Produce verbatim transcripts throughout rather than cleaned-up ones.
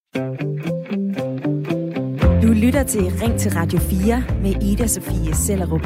Du lytter til Ring til Radio fire med Ida Sofie Sellerup.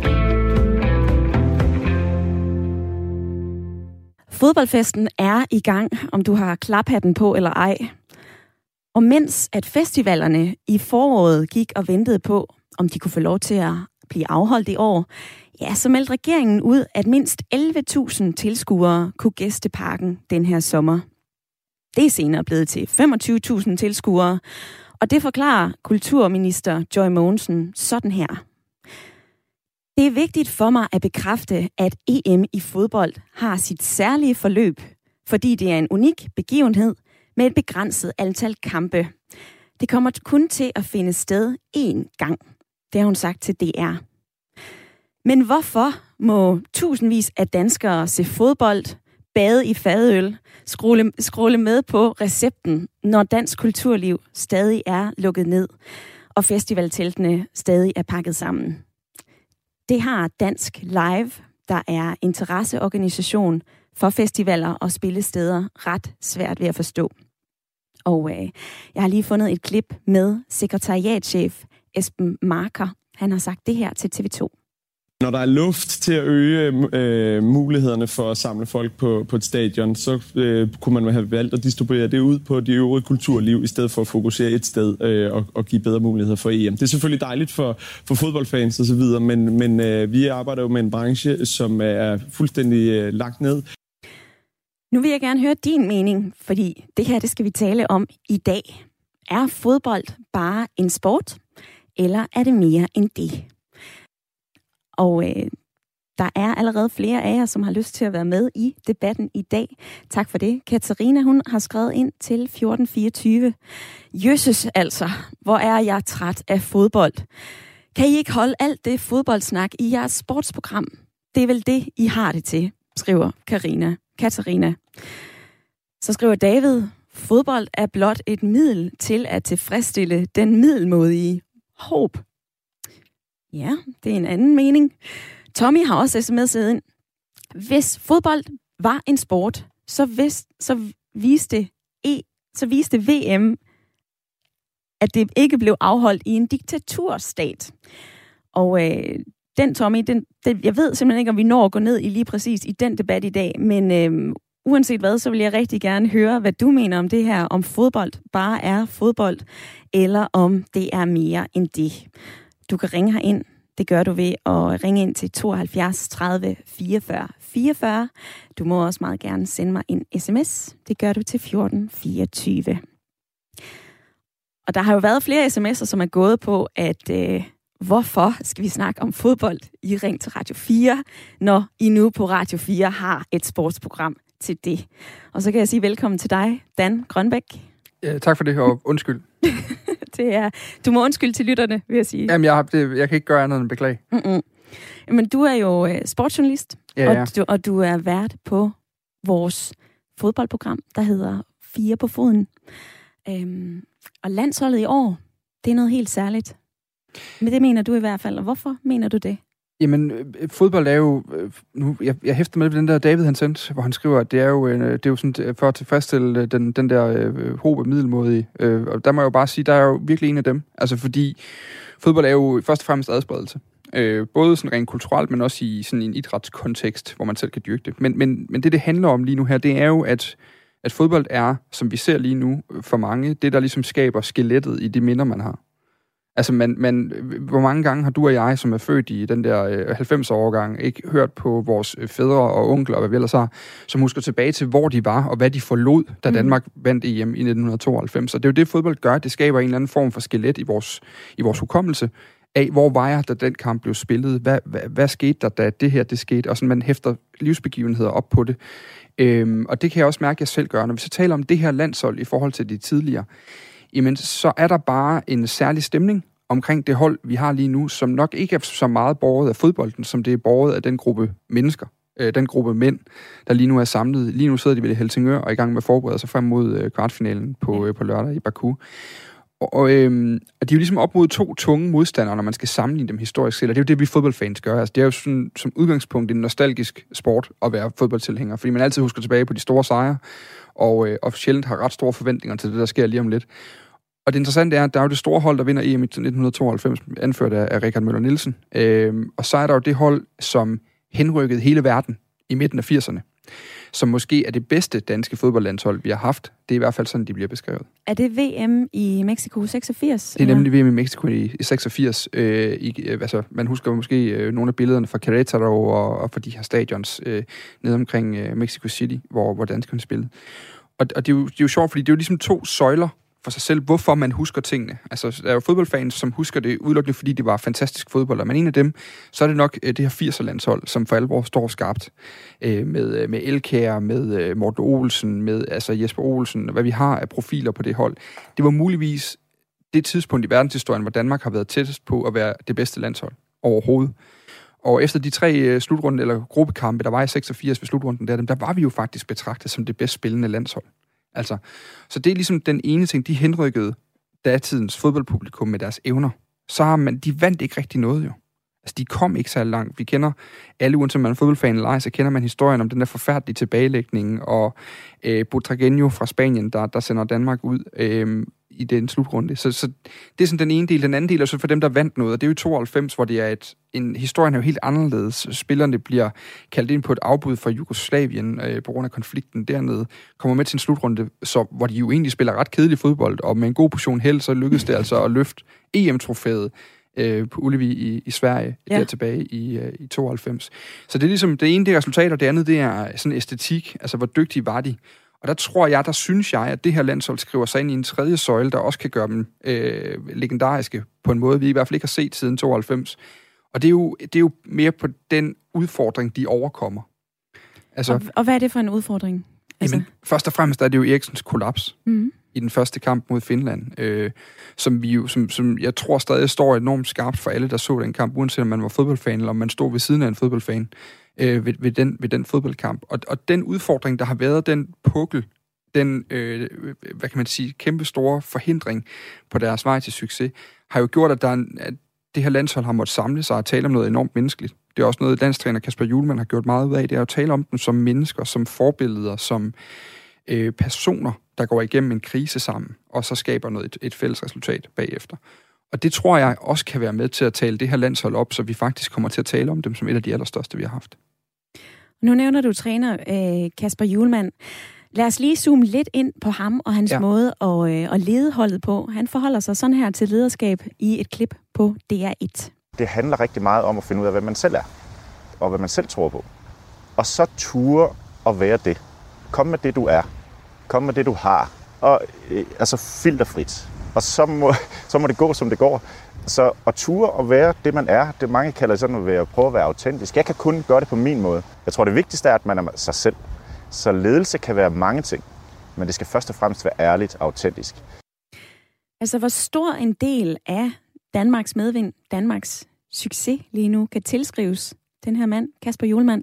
Fodboldfesten er i gang, om du har klaphatten på eller ej. Og mens at festivalerne i foråret gik og ventede på, om de kunne få lov til at blive afholdt i år, ja, så meldte regeringen ud, at mindst elleve tusind tilskuere kunne gæste parken den her sommer. Det er senere blevet til femogtyve tusind tilskuere, og det forklarer kulturminister Joy Mogensen sådan her. Det er vigtigt for mig at bekræfte, at E M i fodbold har sit særlige forløb, fordi det er en unik begivenhed med et begrænset antal kampe. Det kommer kun til at finde sted én gang. Det har hun sagt til D R. Men hvorfor må tusindvis af danskere se fodbold, bade i fadøl, scrolle, scrolle med på recepten, når dansk kulturliv stadig er lukket ned, og festivalteltene stadig er pakket sammen? Det har Dansk Live, der er interesseorganisation for festivaler og spillesteder, ret svært ved at forstå. Og øh, jeg har lige fundet et klip med sekretariatschef Esben Marker. Han har sagt det her til T V to. Når der er luft til at øge øh, mulighederne for at samle folk på, på et stadion, så øh, kunne man have valgt at distribuere det ud på de øvrige kulturliv, i stedet for at fokusere et sted øh, og, og give bedre muligheder for E M. Det er selvfølgelig dejligt for, for fodboldfans og så videre, men, men øh, vi arbejder jo med en branche, som er fuldstændig øh, lagt ned. Nu vil jeg gerne høre din mening, fordi det her, det skal vi tale om i dag. Er fodbold bare en sport, eller er det mere end det? Og øh, der er allerede flere af jer, som har lyst til at være med i debatten i dag. Tak for det. Katarina, hun har skrevet ind til fjorten fireogtyve. Jøsses altså, hvor er jeg træt af fodbold. Kan I ikke holde alt det fodboldsnak i jeres sportsprogram? Det er vel det, I har det til, skriver Karina. Katarina. Så skriver David, fodbold er blot et middel til at tilfredsstille den middelmådige håb. Ja, det er en anden mening. Tommy har også sms'et ind. Hvis fodbold var en sport, så, vis, så, viste e, så viste V M, at det ikke blev afholdt i en diktaturstat. Og øh, den, Tommy, den, den, jeg ved simpelthen ikke, om vi når at gå ned i lige præcis i den debat i dag, men øh, uanset hvad, så vil jeg rigtig gerne høre, hvad du mener om det her, om fodbold bare er fodbold, eller om det er mere end det. Du kan ringe herind. Det gør du ved at ringe ind til tooghalvfjerds tredive fireogfyrre fireogfyrre. Du må også meget gerne sende mig en sms. Det gør du til fjorten fireogtyve. Og der har jo været flere sms'er, som er gået på, at øh, hvorfor skal vi snakke om fodbold i Ring til Radio fire, når I nu på Radio fire har et sportsprogram til det. Og så kan jeg sige velkommen til dig, Dan Grønbæk. Ja, tak for det, og undskyld. Det er, du må undskylde til lytterne, vil jeg sige. Jamen, jeg, har, det, jeg kan ikke gøre andet end beklage. Mm-mm. Men du er jo uh, sportsjournalist, ja, ja. Og, du, og du er vært på vores fodboldprogram, der hedder Fire på foden. Øhm, og landsholdet i år, det er noget helt særligt. Men det mener du i hvert fald, og hvorfor mener du det? Jamen, fodbold er jo... Nu, jeg, jeg hæfter med den der David, han sendte, hvor han skriver, at det er jo, det er jo sådan, for at tilfredsstille den, den der øh, håb af middelmådige. Øh, og der må jeg jo bare sige, der er jo virkelig en af dem. Altså, fordi fodbold er jo først og fremmest adspredelse. Øh, både sådan rent kulturelt, men også i sådan en idrætskontekst, hvor man selv kan dyrke det. Men, men, men det, det handler om lige nu her, det er jo, at, at fodbold er, som vi ser lige nu for mange, det, der ligesom skaber skelettet i de minder, man har. Altså, man, man, hvor mange gange har du og jeg, som er født i den der øh, halvfems-årgang, ikke hørt på vores fædre og onkler, og hvad vi ellers har, som husker tilbage til, hvor de var, og hvad de forlod, da Danmark mm. vandt E M i nitten tooghalvfems. Og det er jo det, fodbold gør. Det skaber en eller anden form for skelet i vores, i vores hukommelse af, hvor var jeg, da den kamp blev spillet? Hvad, hvad, hvad skete der, da det her det skete? Og sådan, man hæfter livsbegivenheder op på det. Øhm, og det kan jeg også mærke, at jeg selv gør. Når vi så taler om det her landshold i forhold til de tidligere, jamen, så er der bare en særlig stemning omkring det hold, vi har lige nu, som nok ikke er så meget båret af fodbolden, som det er båret af den gruppe mennesker, øh, den gruppe mænd, der lige nu er samlet. Lige nu sidder de ved Helsingør og er i gang med at forberede sig frem mod øh, kvartfinalen på, øh, på lørdag i Baku. Og, og, øhm, og de er jo ligesom op mod to tunge modstandere, når man skal sammenligne dem historisk set, og det er jo det, vi fodboldfans gør. Altså, det er jo sådan, som udgangspunkt en nostalgisk sport at være fodboldtilhænger, fordi man altid husker tilbage på de store sejre, og, øh, og sjældent har ret store forventninger til det, der sker lige om lidt. Og det interessante er, at der er jo det store hold, der vinder E M i nitten tooghalvfems, anført af, af Richard Møller Nielsen. Øhm, og så er der jo det hold, som henrykkede hele verden i midten af firserne, som måske er det bedste danske fodboldlandshold, vi har haft. Det er i hvert fald sådan, de bliver beskrevet. Er det V M i Mexico seksogfirs? Det er nemlig V M i Mexico i, i seksogfirs. Øh, i, øh, altså, man husker måske øh, nogle af billederne fra Querétaro og, og fra de her stadions øh, nede omkring øh, Mexico City, hvor, hvor danskerne spillede. Og, og det, er jo, det er jo sjovt, fordi det er jo ligesom to søjler for sig selv, hvorfor man husker tingene. Altså, der er jo fodboldfans, som husker det udelukkende, fordi det var fantastisk fodbold, men en af dem, så er det nok det her firser-landshold, som for alvor står skarpt øh, med, med Elkjær, med øh, Morten Olsen, med altså Jesper Olsen, hvad vi har af profiler på det hold. Det var muligvis det tidspunkt i verdenshistorien, hvor Danmark har været tættest på at være det bedste landshold overhovedet. Og efter de tre øh, slutrunde, eller gruppekampe, der var i seksogfirs ved slutrunden, der, der var vi jo faktisk betragtet som det bedst spillende landshold. Altså, så det er ligesom den ene ting, de henrykkede datidens fodboldpublikum med deres evner. Så har man, de vandt ikke rigtig noget jo. Altså, de kom ikke så langt. Vi kender alle, uanset man er fodboldfan eller ej, så kender man historien om den der forfærdelige tilbagelægning, og øh, Butragueño fra Spanien, der, der sender Danmark ud øh, i den slutrunde. Så, så det er sådan den ene del. Den anden del er så for dem, der vandt noget, og det er jo tooghalvfems, hvor det er et, en historien er jo helt anderledes. Spillerne bliver kaldt ind på et afbud fra Jugoslavien øh, på grund af konflikten dernede, kommer med til en slutrunde, så, hvor de jo egentlig spiller ret kedelig fodbold, og med en god portion held, så lykkedes det altså at løfte E M-trofæet øh, på Ullevi i, i Sverige, ja. Der tilbage i, øh, i tooghalvfems. Så det er ligesom, det ene det er resultat, og det andet det er sådan æstetik, altså hvor dygtige var de. Og der tror jeg, der synes jeg, at det her landshold skriver sig ind i en tredje søjle, der også kan gøre dem øh, legendariske på en måde, vi i hvert fald ikke har set siden tooghalvfems. Og det er jo, det er jo mere på den udfordring, de overkommer. Altså, og, og hvad er det for en udfordring? Altså? Jamen, først og fremmest er det jo Eriksens kollaps mm-hmm. i den første kamp mod Finland, øh, som, vi jo, som, som jeg tror stadig står enormt skarpt for alle, der så den kamp, uanset om man var fodboldfan, eller om man stod ved siden af en fodboldfan. Øh, ved, ved, den, ved den fodboldkamp. Og, og den udfordring, der har været, den pukkel, den, øh, hvad kan man sige, kæmpe store forhindring på deres vej til succes, har jo gjort, at, der er, at det her landshold har måttet samle sig og tale om noget enormt menneskeligt. Det er også noget, landstræner Kasper Hjulmand har gjort meget ud af, det er at tale om dem som mennesker, som forbilleder, som øh, personer, der går igennem en krise sammen, og så skaber noget, et, et fælles resultat bagefter. Og det tror jeg også kan være med til at tale det her landshold op, så vi faktisk kommer til at tale om dem som et af de allerstørste, vi har haft. Nu nævner du træner øh, Kasper Hjulmand. Lad os lige zoome lidt ind på ham og hans ja. måde at, øh, at lede holdet på. Han forholder sig sådan her til lederskab i et klip på D R et. Det handler rigtig meget om at finde ud af, hvad man selv er, og hvad man selv tror på. Og så ture at være det. Kom med det, du er. Kom med det, du har. Og øh, altså filterfrit. Og så må, så må det gå, som det går. Så at ture at være det, man er, det mange kalder sådan at, være, at prøve at være autentisk. Jeg kan kun gøre det på min måde. Jeg tror, det vigtigste er, at man er sig selv. Så ledelse kan være mange ting, men det skal først og fremmest være ærligt og autentisk. Altså, hvor stor en del af Danmarks medvind, Danmarks succes lige nu, kan tilskrives den her mand, Kasper Hjulmand?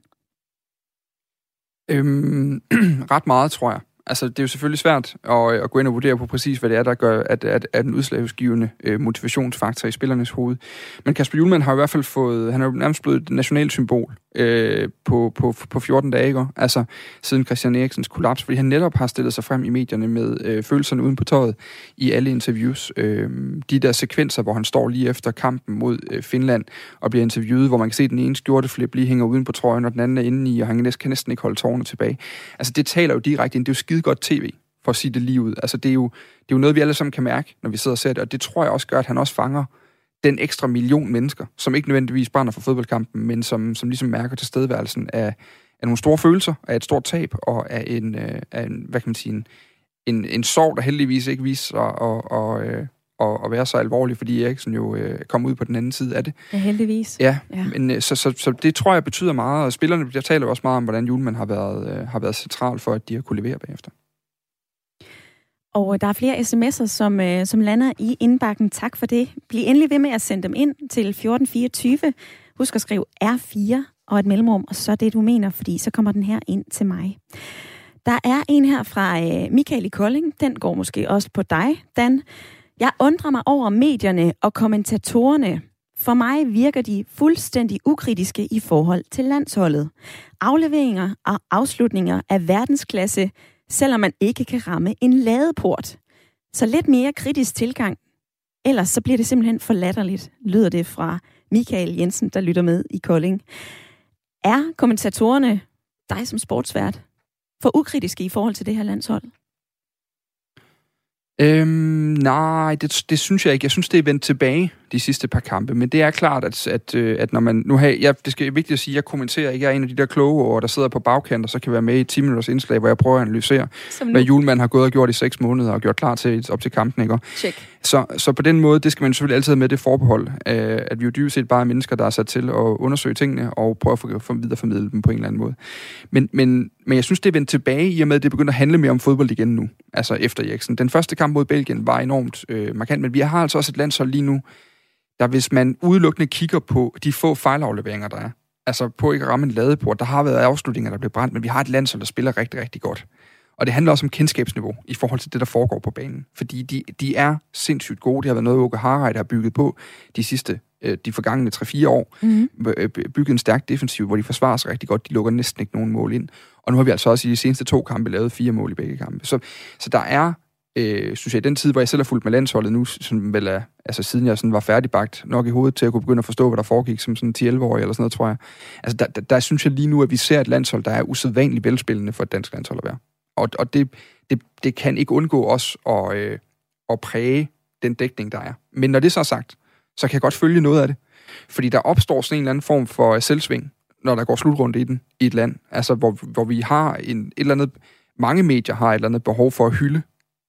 Øhm, ret meget, tror jeg. Altså, det er jo selvfølgelig svært at, at gå ind og vurdere på præcis, hvad det er, der gør, at, at, at en udslagsgivende øh, motivationsfaktor i spillernes hoved. Men Kasper Hjulmand har i hvert fald fået, han er jo nærmest blevet et nationalt symbol øh, på, på, på fjorten dage, ikke? Altså siden Christian Eriksens kollaps, fordi han netop har stillet sig frem i medierne med øh, følelserne uden på tøjet i alle interviews. Øh, de der sekvenser, hvor han står lige efter kampen mod øh, Finland og bliver interviewet, hvor man kan se, at den ene skjorteflip lige hænger uden på trøjen, og den anden er inde i, og han kan næsten ikke holde tårerne tilbage. Altså, det taler jo direkte ind. Det er jo skide godt tv, for at sige det lige ud. Altså, det er, jo, det er jo noget, vi alle sammen kan mærke, når vi sidder og ser det, og det tror jeg også gør, at han også fanger den ekstra million mennesker, som ikke nødvendigvis brænder for fodboldkampen, men som, som ligesom mærker tilstedeværelsen af, af nogle store følelser, af et stort tab, og af en, øh, af en hvad kan man sige, en, en, en sorg, der heldigvis ikke viser sig at, og, øh, og, og være så alvorlig, fordi Eriksen jo øh, kom ud på den anden side af det. Ja, heldigvis. Ja, ja. Men, øh, så, så, så det tror jeg betyder meget, og spillerne, jeg taler også meget om, hvordan Hjulmand har været, øh, har været central for, at de har kunne levere bagefter. Og der er flere sms'er, som, øh, som lander i indbakken. Tak for det. Bliv endelig ved med at sende dem ind til fjorten fireogtyve. Husk at skrive R fire og et mellemrum, og så det, du mener, fordi så kommer den her ind til mig. Der er en her fra øh, Michael i Kolding. Den går måske også på dig, Dan. Jeg undrer mig over medierne og kommentatorerne. For mig virker de fuldstændig ukritiske i forhold til landsholdet. Afleveringer og afslutninger af verdensklasse, selvom man ikke kan ramme en ladeport. Så lidt mere kritisk tilgang. Ellers så bliver det simpelthen for latterligt, lyder det fra Michael Jensen, der lytter med i Kolding. Er kommentatorerne, dig som sportsvært, for ukritiske i forhold til det her landshold? Øhm, nej, det, det synes jeg ikke. Jeg synes, det er vendt tilbage de sidste par kampe, men det er klart, at, at, at når man nu har... Jeg, det skal vigtigt at sige, at jeg kommenterer ikke. Jeg er en af de der kloge over, der sidder på bagkant, og så kan være med i ti minutters indslag, hvor jeg prøver at analysere, hvad Hjulmand har gået og gjort i seks måneder, og gjort klar til op til kampen, ikke? Check. Så, så på den måde, det skal man selvfølgelig altid have med det forbehold, øh, at vi jo dybest set bare er mennesker, der er sat til at undersøge tingene, og prøve at få videreformidle dem på en eller anden måde. Men, men, men jeg synes, det er vendt tilbage, i og med, at det begynder at handle mere om fodbold igen nu, altså efter Eriksen. Den første kamp mod Belgien var enormt øh, markant, men vi har altså også et landshold lige nu, der hvis man udelukkende kigger på de få fejlafleveringer, der er, altså på ikke at ramme en ladeport, der har været afslutninger, der blev brændt, men vi har et landshold, der spiller rigtig, rigtig godt. Og det handler også om kendskabsniveau i forhold til det, der foregår på banen. Fordi de, de er sindssygt gode. Det har været noget, Åke Harreide har bygget på de sidste, de forgangne tre fire år. Mm-hmm. Bygget en stærk defensiv, hvor de forsvarer sig rigtig godt. De lukker næsten ikke nogen mål ind. Og nu har vi altså også i de seneste to kampe lavet fire mål i begge kampe. Så, så der er, øh, synes jeg, i den tid, hvor jeg selv har fulgt med landsholdet nu, som vel er, altså siden jeg sådan var færdigbagt nok i hovedet til at kunne begynde at forstå, hvad der foregik som sådan ti elleve-årig eller sådan noget, tror jeg. Altså der, der, der synes jeg lige nu, at vi ser et landshold, der er usædvanligt velspillende for et dansk landshold at være. Og, og det, det, det kan ikke undgå os at, øh, at præge den dækning, der er. Men når det så er sagt, så kan jeg godt følge noget af det. Fordi der opstår sådan en eller anden form for selvsving, når der går slutrunde i den i et land. Altså, hvor, hvor vi har en, et eller andet... Mange medier har et eller andet behov for at hylde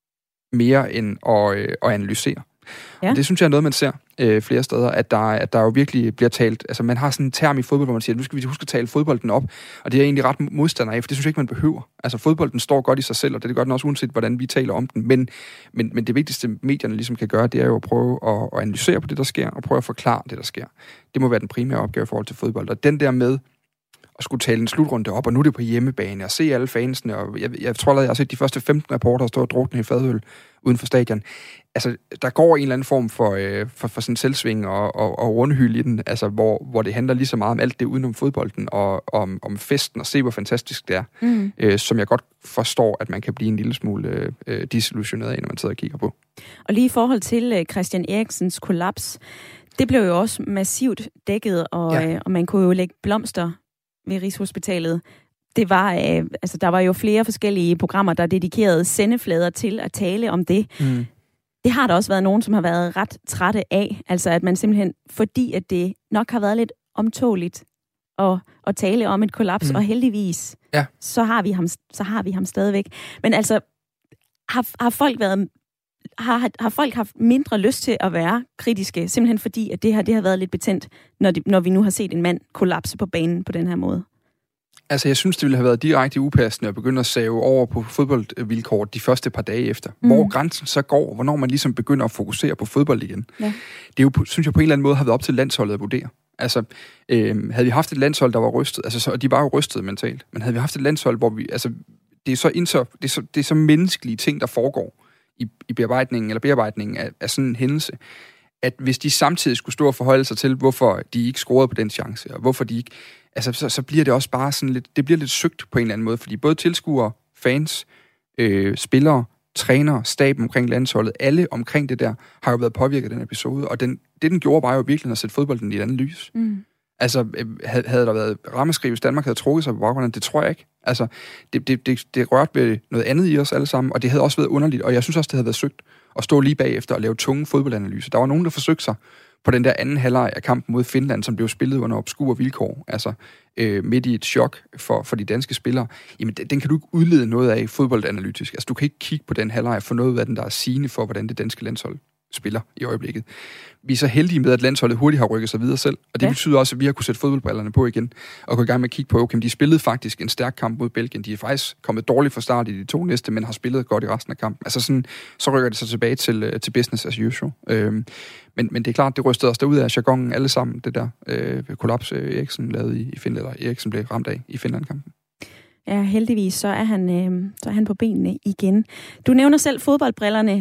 mere end at, øh, at analysere. Ja. Og det synes jeg er noget, man ser øh, flere steder, at der, at der jo virkelig bliver talt... Altså, man har sådan en term i fodbold, hvor man siger, nu skal vi huske at tale fodbolden op, og det er jeg egentlig ret modstander af, for det synes jeg ikke, man behøver. Altså, fodbolden står godt i sig selv, og det er godt også uanset, hvordan vi taler om den, men, men, men det vigtigste, medierne ligesom kan gøre, det er jo at prøve at, at analysere på det, der sker, og prøve at forklare det, der sker. Det må være den primære opgave i forhold til fodbold. Og den der med at skulle tale en slutrunde op, og nu er det på hjemmebane, og se alle fansene, og jeg, jeg tror, at jeg har set de første femten rapporter, der står og drukne i fadøl uden for stadion. Altså, der går en eller anden form for, øh, for, for sådan selvsving og, og, og rundhyld i den, altså, hvor, hvor det handler lige så meget om alt det udenom fodbolden, og om, om festen, og se, hvor fantastisk det er, mm. øh, som jeg godt forstår, at man kan blive en lille smule øh, disillusioneret af, når man sidder og kigger på. Og lige i forhold til øh, Christian Eriksens kollaps, det blev jo også massivt dækket, og, ja. øh, og man kunne jo lægge blomster ved Rigshospitalet. Det var, øh, altså, der var jo flere forskellige programmer, der dedikerede sendeflader til at tale om det. Mm. Det har der også været nogen, som har været ret trætte af. Altså at man simpelthen, fordi at det nok har været lidt omtåligt at, at tale om et kollaps, mm. og heldigvis, ja. så, har vi ham, så har vi ham stadigvæk. Men altså, har, har folk været... Har, har folk haft mindre lyst til at være kritiske, simpelthen fordi, at det her det har været lidt betændt, når, de, når vi nu har set en mand kollapse på banen på den her måde? Altså, jeg synes, det ville have været direkte upassende at begynde at save over på fodboldvilkår de første par dage efter. Mm. Hvor grænsen så går, hvornår man ligesom begynder at fokusere på fodbold igen. Ja. Det er jo, synes jeg, på en eller anden måde har været op til landsholdet at vurdere. Altså, øh, havde vi haft et landshold, der var rystet, altså, så, og de var jo rystet mentalt, men havde vi haft et landshold, hvor vi, altså, det er så, inter, det er så, det er så menneskelige ting, der foregår i, i bearbejdningen, eller bearbejdningen af, af sådan en hændelse, at hvis de samtidig skulle stå og forholde sig til, hvorfor de ikke scorede på den chance, og hvorfor de ikke... Altså, så, så bliver det også bare sådan lidt... Det bliver lidt søgt på en eller anden måde, fordi både tilskuere, fans, øh, spillere, trænere, staben omkring landsholdet, alle omkring det der, har jo været påvirket af den episode, og den, det, den gjorde, var jo virkelig at sætte fodbolden i et andet lys. Mm. Altså, havde, havde der været rammeskrig, hvis Danmark havde trukket sig på baggrunden, det tror jeg ikke. Altså, det, det, det, det rørte ved noget andet i os alle sammen, og det havde også været underligt, og jeg synes også, det havde været søgt at stå lige bagefter og lave tunge fodboldanalyser. Der var nogen, der forsøgte sig på den der anden halvleg af kampen mod Finland, som blev spillet under obskure vilkår, altså øh, midt i et chok for, for de danske spillere. Jamen, den kan du ikke udlede noget af fodboldanalytisk. Altså, du kan ikke kigge på den halvleg og få noget af den, der er sigende for, hvordan det danske landshold spiller i øjeblikket. Vi er så heldige med, at landsholdet hurtigt har rykket sig videre selv, og det ja. betyder også, at vi har kunnet sætte fodboldbrillerne på igen, og gå i gang med at kigge på, okay, de spillede faktisk en stærk kamp mod Belgien. De er faktisk kommet dårligt fra start i de to næste, men har spillet godt i resten af kampen. Altså sådan, så rykker det sig tilbage til, til business as usual. Øhm, men, men det er klart, det rystede os derud af jargonen alle sammen, det der øh, kollaps, øh, Eriksen lavede i, i Finland, eller Eriksen blev ramt af i Finland-kampen. Ja, heldigvis, så er han, øh, så er han på benene igen. Du nævner selv fodboldbrillerne.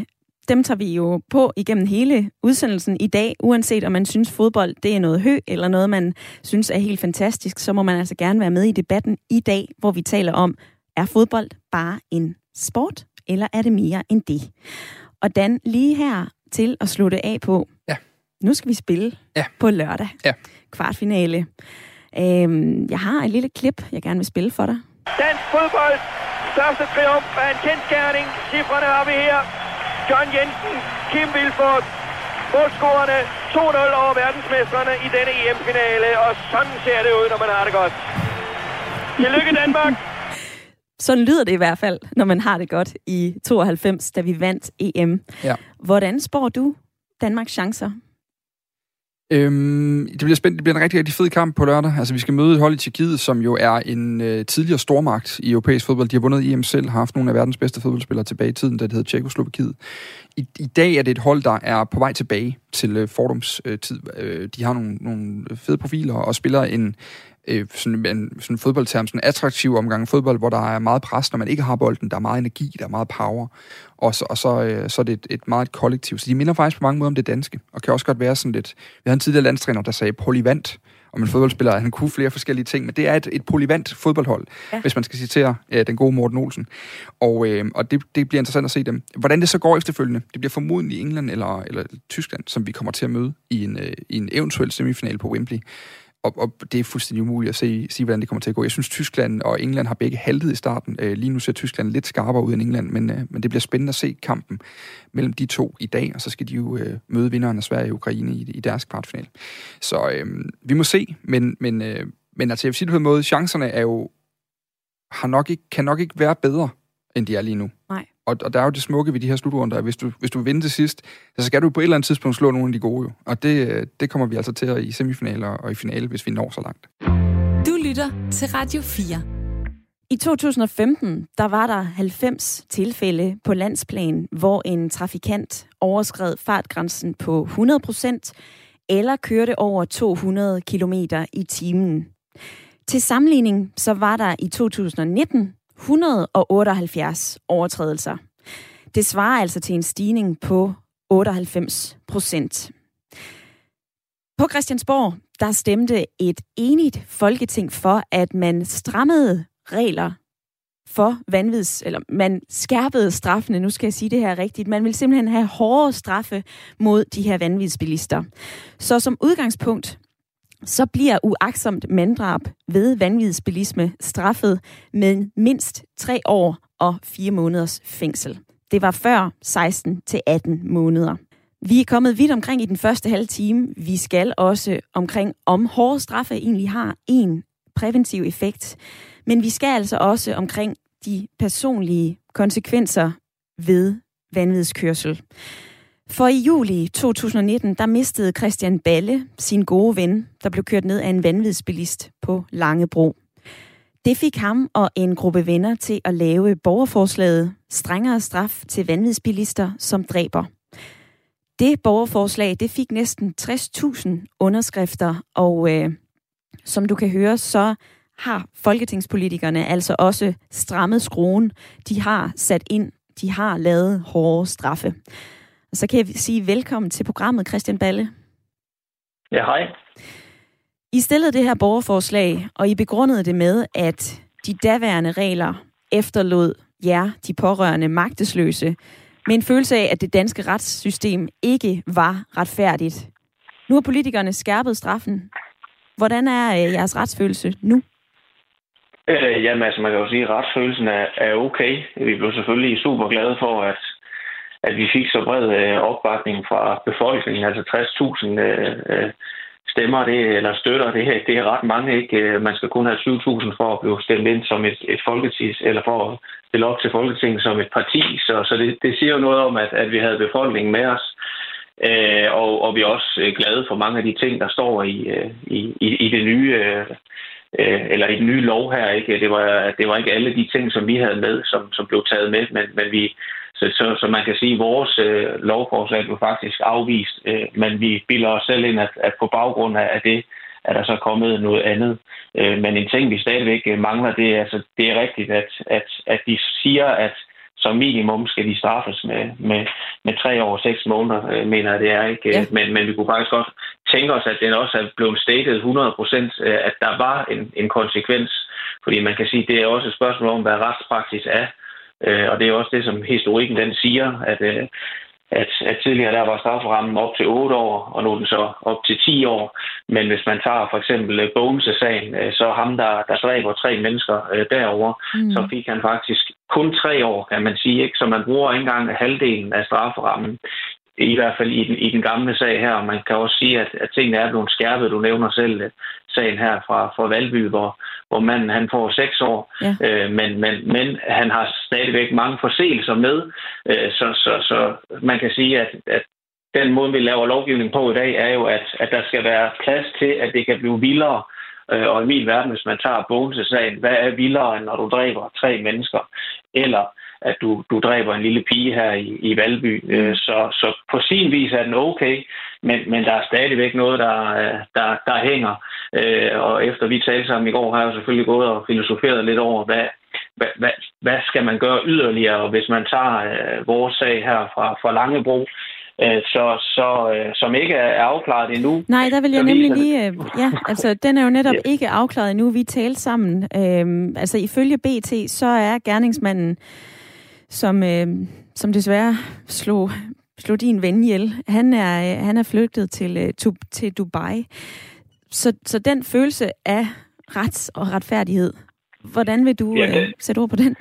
dem tager vi jo på igennem hele udsendelsen i dag. Uanset om man synes fodbold det er noget hø, eller noget man synes er helt fantastisk, så må man altså gerne være med i debatten i dag, hvor vi taler om, er fodbold bare en sport, eller er det mere end det? Og Dan, lige her til at slutte af på, ja. Nu skal vi spille ja. på lørdag. Ja. Kvartfinale. Øhm, jeg har et lille klip, jeg gerne vil spille for dig. Dansk fodbold største triumf er en kendsgerning. Cifrene har vi her. John Jensen, Kim Vilfort, målscorerne to nul over verdensmestrene i denne E M-finale, og sådan ser det ud, når man har det godt. Tillykke Danmark! Sådan lyder det i hvert fald, når man har det godt i tooghalvfems, da vi vandt E M. Ja. Hvordan spår du Danmarks chancer? Øhm, det bliver spændt. Det bliver en rigtig, rigtig fed kamp på lørdag. Altså, vi skal møde et hold i Tjekkiet, som jo er en øh, tidligere stormagt i europæisk fodbold. De har vundet E M selv, har haft nogle af verdens bedste fodboldspillere tilbage i tiden, da det hed Tjekkoslovakiet. I, I dag er det et hold, der er på vej tilbage til øh, fordomstid. Øh, de har nogle, nogle fede profiler og spiller en øh, sådan en sådan fodboldterm, sådan en attraktiv omgang fodbold, hvor der er meget pres, når man ikke har bolden. Der er meget energi, der er meget power, og så, og så, øh, så er det et, et meget kollektiv. Så de minder faktisk på mange måder om det danske, og kan også godt være sådan lidt... Vi havde en tidligere landstræner, der sagde polyvant om en fodboldspiller, at han kunne flere forskellige ting, men det er et, et polyvant fodboldhold, ja. Hvis man skal citere øh, den gode Morten Olsen. Og, øh, og det, det bliver interessant at se dem. Hvordan det så går efterfølgende, det bliver formodentlig England eller, eller Tyskland, som vi kommer til at møde i en, øh, i en eventuel semifinal på Wembley. Og, og det er fuldstændig umuligt at se, se, hvordan det kommer til at gå. Jeg synes, Tyskland og England har begge haltet i starten. Øh, lige nu ser Tyskland lidt skarpere ud end England, men, øh, men det bliver spændende at se kampen mellem de to i dag, og så skal de jo øh, møde vinderen af Sverige og Ukraine i, i deres kvartfinal. Så øh, vi må se, men, men, øh, men altså, jeg vil sige det på en måde, chancerne er jo, har nok ikke, kan nok ikke være bedre, end de er lige nu. Nej. Og, og der er jo det smukke ved de her slutrunder, at hvis du, hvis du vinder til sidst, så skal du på et eller andet tidspunkt slå nogle af de gode jo. Og det, det kommer vi altså til i semifinaler og i finale, hvis vi når så langt. Du lytter til Radio fire. I to tusind og femten, der var der halvfems tilfælde på landsplan, hvor en trafikant overskred fartgrænsen på hundrede procent eller kørte over to hundrede kilometer i timen. Til sammenligning så var der i to tusind og nitten et hundrede og otteoghalvfjerds overtrædelser. Det svarer altså til en stigning på otteoghalvfems procent. På Christiansborg, der stemte et enigt folketing for, at man strammede regler for vanvids, eller man skærpede straffene, nu skal jeg sige det her rigtigt. Man vil simpelthen have hårdere straffe mod de her vanvidsbilister. Så som udgangspunkt, så bliver uagtsomt manddrab ved vanvidsbilisme straffet med mindst tre år og fire måneders fængsel. Det var før seksten til atten måneder. Vi er kommet vidt omkring i den første halve time. Vi skal også omkring, om hårde straffe egentlig har en præventiv effekt. Men vi skal altså også omkring de personlige konsekvenser ved vanvidskørsel. For i juli to tusind og nitten, der mistede Christian Balle sin gode ven, der blev kørt ned af en vanvidsbilist på Langebro. Det fik ham og en gruppe venner til at lave borgerforslaget strengere straf til vanvidsbilister, som dræber. Det borgerforslag, det fik næsten tres tusind underskrifter, og øh, som du kan høre, så har folketingspolitikerne altså også strammet skruen. De har sat ind, de har lavet hårde straffe. Og så kan jeg sige velkommen til programmet, Christian Balle. Ja, hej. I stillede det her borgerforslag, og I begrundede det med, at de daværende regler efterlod jer, de pårørende, magtesløse, med en følelse af, at det danske retssystem ikke var retfærdigt. Nu har politikerne skærpet straffen. Hvordan er øh, jeres retsfølelse nu? Øh, jamen, altså, man kan jo sige, at retsfølelsen er, er okay. Vi blev selvfølgelig super glade for, at, at vi fik så bred øh, opbakning fra befolkningen. Altså tres tusind øh, stemmer, det, eller støtter, det, det er ret mange, ikke? Man skal kun have tyve tusind for at blive stemt ind som et, et folketings, eller for at stille op til Folketinget som et parti. Så, så det, det siger jo noget om, at, at vi havde befolkningen med os. Øh, og, og vi er også glade for mange af de ting, der står i, i, i, i det nye... Øh, eller i den nye lov her, ikke? Det var, det var ikke alle de ting, som vi havde med, som, som blev taget med, men, men vi, så, så, så man kan sige, at vores øh, lovforslag blev faktisk afvist, øh, men vi bilder os selv ind, at, at på baggrund af det, er der så kommet noget andet. Øh, men en ting, vi stadigvæk mangler, det er, altså, det er rigtigt, at, at, at de siger, at som minimum skal de straffes med, med, med tre år og seks måneder, øh, mener jeg det er. Ikke? Ja. Men, men vi kunne faktisk godt tænke os, at den også er blevet stated hundrede procent, øh, at der var en, en konsekvens. Fordi man kan sige, at det er også et spørgsmål om, hvad retspraksis er. Øh, og det er også det, som historikken den siger, at, øh, at, at tidligere der var strafferammen op til otte år, og nu er den så op til ti år. Men hvis man tager for eksempel Bogense-sagen, øh, så ham, der, der dræber tre mennesker øh, derovre, mm. så fik han faktisk kun tre år, kan man sige. Ikke? Så man bruger ikke engang halvdelen af strafferammen. I hvert fald i den, i den gamle sag her. Man kan også sige, at, at tingene er blevet skærpet. Du nævner selv uh, sagen her fra, fra Valby, hvor, hvor manden han får seks år. Ja. Uh, men, men, men han har stadigvæk mange forseelser med. Uh, så, så, så man kan sige, at, at den måde, vi laver lovgivning på i dag, er jo, at, at der skal være plads til, at det kan blive vildere. Uh, og i min verden, hvis man tager Bogense-sagen, hvad er vildere, end når du dræber tre mennesker? Eller at du, du dræber en lille pige her i, i Valby. Så, så på sin vis er den okay, men, men der er stadigvæk noget, der, der, der hænger. Og efter vi talte sammen i går, har jeg selvfølgelig gået og filosoferet lidt over, hvad, hvad, hvad, hvad skal man gøre yderligere? Og hvis man tager vores sag her fra, fra Langebro, så, så, som ikke er afklaret endnu. Nej, der vil jeg nemlig lige... Ja, altså, den er jo netop ja. ikke afklaret endnu. Vi talte sammen. Øhm, altså, ifølge B T, så er gerningsmanden, som, øh, som desværre slog, slog din ven ihjel, han er, øh, han er flygtet til, øh, tu, til Dubai. Så, så den følelse af ret og retfærdighed, hvordan vil du ja, øh, sætte ord på den?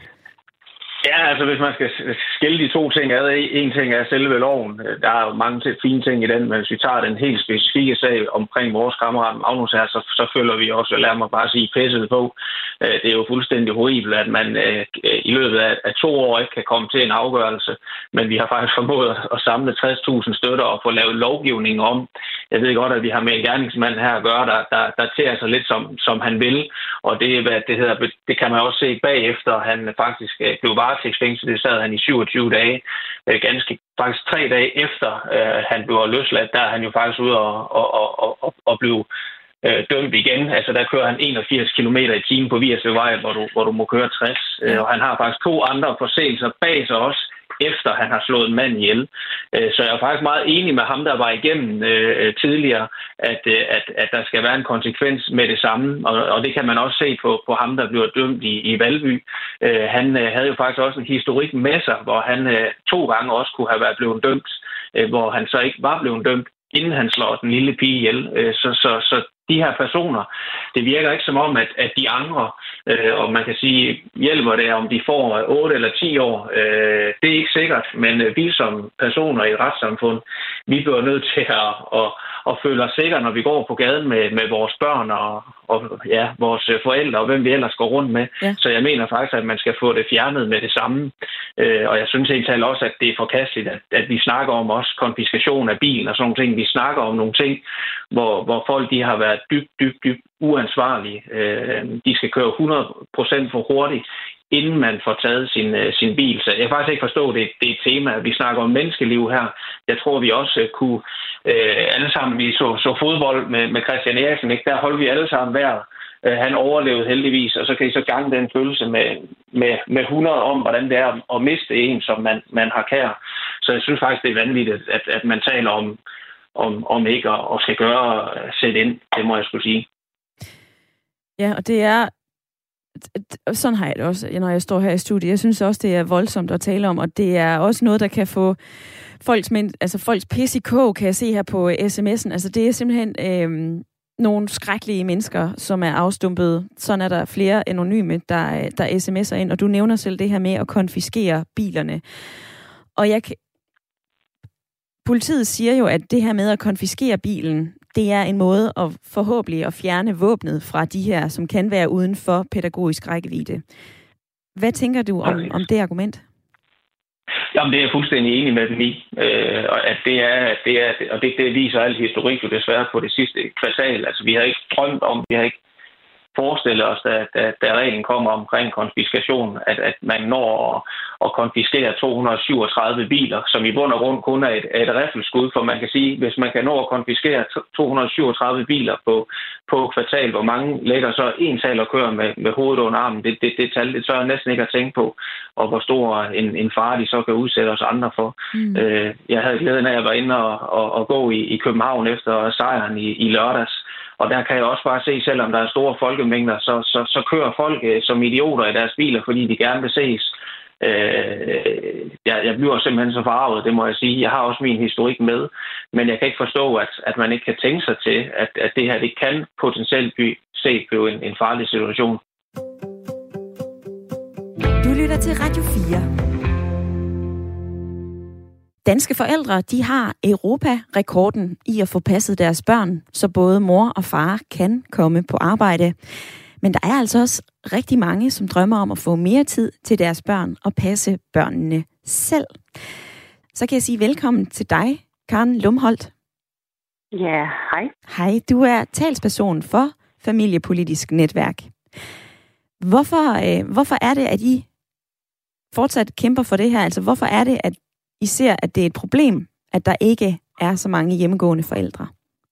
Ja, altså hvis man skal skille de to ting ad, en ting er selve loven. Der er jo mange fine ting i den, men hvis vi tager den helt specifikke sag omkring vores kammerat Magnus her, så, så føler vi også, lad mig bare sige, pisset på. Det er jo fuldstændig horribelt, at man i løbet af to år ikke kan komme til en afgørelse, men vi har faktisk formået at samle tres tusind støtter og få lavet lovgivning om. Jeg ved godt, at vi har med en gerningsmand her at gøre, der, der, der tager sig lidt som, som han vil, og det, hvad det, hedder, det kan man også se bagefter. Han faktisk blev varetægtsfængslet, det sad han i syvogtyve dage, ganske faktisk tre dage efter øh, han blev løsladt, der er han jo faktisk ude og, og, og, og, og blev øh, dømt igen. Altså der kører han enogfirs kilometer i timen på Vigerslev, hvor du, hvor du må køre tres, øh, og han har faktisk to andre forseelser bag sig også, efter han har slået en mand ihjel. Så jeg er faktisk meget enig med ham, der var igennem øh, tidligere, at, at, at der skal være en konsekvens med det samme. Og, og det kan man også se på, på ham, der bliver dømt i, i Valby. Øh, han øh, havde jo faktisk også en historik med sig, hvor han øh, to gange også kunne have været blevet dømt, øh, hvor han så ikke var blevet dømt, inden han slår den lille pige ihjel. Øh, så, så, så de her personer, det virker ikke som om, at, at de angrer, øh, og man kan sige, hjælper det, om de får otte eller ti år. Øh, det er ikke sikkert, men øh, vi som personer i et retssamfund, vi bliver nødt til at, at, at føle os sikre, når vi går på gaden med, med vores børn og, og ja, vores forældre, og hvem vi ellers går rundt med. Ja. Så jeg mener faktisk, at man skal få det fjernet med det samme. Øh, og jeg synes helt talt også, at det er forkasteligt, at, at vi snakker om også konfiskation af bilen og sådan nogle ting. Vi snakker om nogle ting, hvor, hvor folk de har været dybt, dybt, dybt uansvarlige. Øh, de skal køre hundrede procent for hurtigt, inden man får taget sin, sin bil. Så jeg kan faktisk ikke forstå, at det, det er et tema. Vi snakker om menneskeliv her. Jeg tror, vi også kunne øh, alle sammen, vi så, så fodbold med, med Christian Eriksen, ikke? Der holdt vi alle sammen hver. Øh, han overlevede heldigvis, og så kan I så gange den følelse med, med, med hundrede om, hvordan det er at miste en, som man, man har kær. Så jeg synes faktisk, det er vanvittigt, at, at man taler om, om, om ikke at, at skal gøre sætte ind. Det må jeg skulle sige. Ja, og det er sådan har jeg det også, når jeg står her i studiet. Jeg synes også, det er voldsomt at tale om, og det er også noget, der kan få folks, men, altså folks pis i kog, kan jeg se her på sms'en. Altså det er simpelthen øh, nogle skrækkelige mennesker, som er afstumpet. Sådan er der flere anonyme, der, der sms'er ind, og du nævner selv det her med at konfiskere bilerne. Og jeg kan... Politiet siger jo, at det her med at konfiskere bilen, det er en måde at forhåbentlig at fjerne våbnet fra de her, som kan være uden for pædagogisk rækkevidde. Hvad tænker du om, om det argument? Jamen, det er jeg fuldstændig enig med dem i. Øh, og at det er, det er, og det, det viser al historik jo desværre på det sidste kvartal. Altså, vi har ikke drømt om, vi har ikke forestille os, at, at da reglen kommer omkring konfiskation, at, at man når at, at konfiskere to hundrede syvogtredive biler, som i bund og grund kun er et, et riffelskud, for man kan sige, hvis man kan nå at konfiskere to hundrede syvogtredive biler på, på kvartal, hvor mange lægger så en tal og kører med, med hovedet under armen, det, det, det tal, det tør jeg næsten ikke at tænke på, og hvor stor en, en fare de så kan udsætte os andre for. Mm. Øh, jeg havde glæden af at være inde og, og, og gå i, i København efter sejren i, i lørdags. Og der kan jeg også bare se, selvom der er store folkemængder, så, så, så kører folk øh, som idioter i deres biler, fordi de gerne vil ses. Øh, jeg, jeg bliver simpelthen så forarvet, det må jeg sige. Jeg har også min historik med, men jeg kan ikke forstå, at, at man ikke kan tænke sig til, at, at det her det kan potentielt by, set blive en, en farlig situation. Du lytter til Radio fire. Danske forældre, de har Europa-rekorden i at få passet deres børn, så både mor og far kan komme på arbejde. Men der er altså også rigtig mange, som drømmer om at få mere tid til deres børn og passe børnene selv. Så kan jeg sige velkommen til dig, Karen Lumholdt. Ja, hej. Hej, du er talsperson for Familiepolitisk Netværk. Hvorfor, øh, hvorfor er det, at I fortsat kæmper for det her? Altså, hvorfor er det, at I ser, at det er et problem, at der ikke er så mange hjemmegående forældre?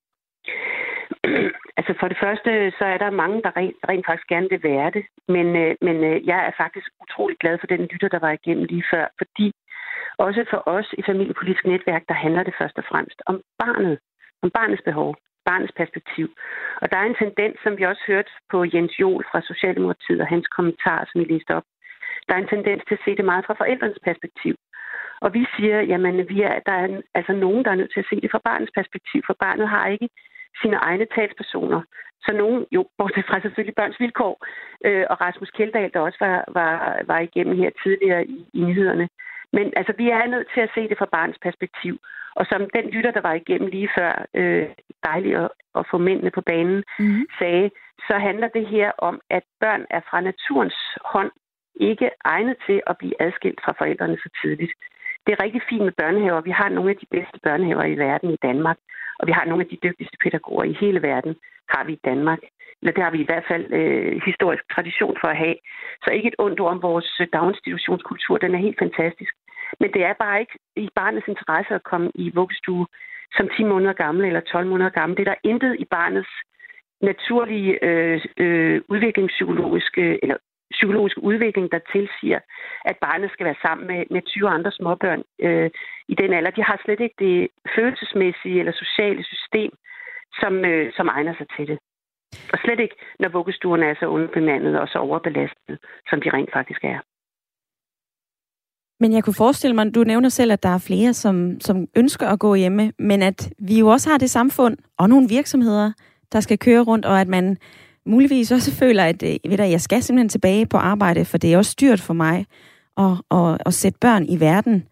Altså for det første, så er der mange, der rent, rent faktisk gerne vil være det. Men, øh, men øh, jeg er faktisk utrolig glad for den lytter, der var igennem lige før. Fordi også for os i Familiepolitisk Netværk, der handler det først og fremmest om barnet. Om barnets behov. Barnets perspektiv. Og der er en tendens, som vi også hørte på Jens Joel fra Socialdemokratiet og hans kommentar, som I læste op. Der er en tendens til at se det meget fra forældrenes perspektiv. Og vi siger, jamen, vi er, der er altså nogen, der er nødt til at se det fra barnets perspektiv, for barnet har ikke sine egne talspersoner. Så nogen, jo, bortset fra selvfølgelig Børns Vilkår, øh, og Rasmus Kjeldahl, der også var, var, var igennem her tidligere i, i nyhederne. Men altså, vi er nødt til at se det fra barnets perspektiv. Og som den lytter, der var igennem lige før, øh, dejligt at, at få mændene på banen, mm-hmm. sagde, så handler det her om, at børn er fra naturens hånd ikke egnet til at blive adskilt fra forældrene så tidligt. Det er rigtig fint med børnehaver. Vi har nogle af de bedste børnehaver i verden i Danmark, og vi har nogle af de dygtigste pædagoger i hele verden, har vi i Danmark. Eller det har vi i hvert fald øh, historisk tradition for at have. Så ikke et ondt ord om vores daginstitutionskultur. Den er helt fantastisk. Men det er bare ikke i barnets interesse at komme i vuggestue som ti måneder gammel eller tolv måneder gammel. Det er der intet i barnets naturlige øh, øh, udviklingspsykologiske eller psykologisk udvikling, der tilsiger, at barnet skal være sammen med, med tyve andre småbørn øh, i den alder. De har slet ikke det følelsesmæssige eller sociale system, som, øh, som egner sig til det. Og slet ikke, når vuggestuerne er så underbemandede og så overbelastede, som de rent faktisk er. Men jeg kunne forestille mig, du nævner selv, at der er flere, som, som ønsker at gå hjemme, men at vi jo også har det samfund og nogle virksomheder, der skal køre rundt, og at man muligvis også føler, at ved du, jeg skal simpelthen tilbage på arbejde, for det er også dyrt for mig at, at, at sætte børn i verden.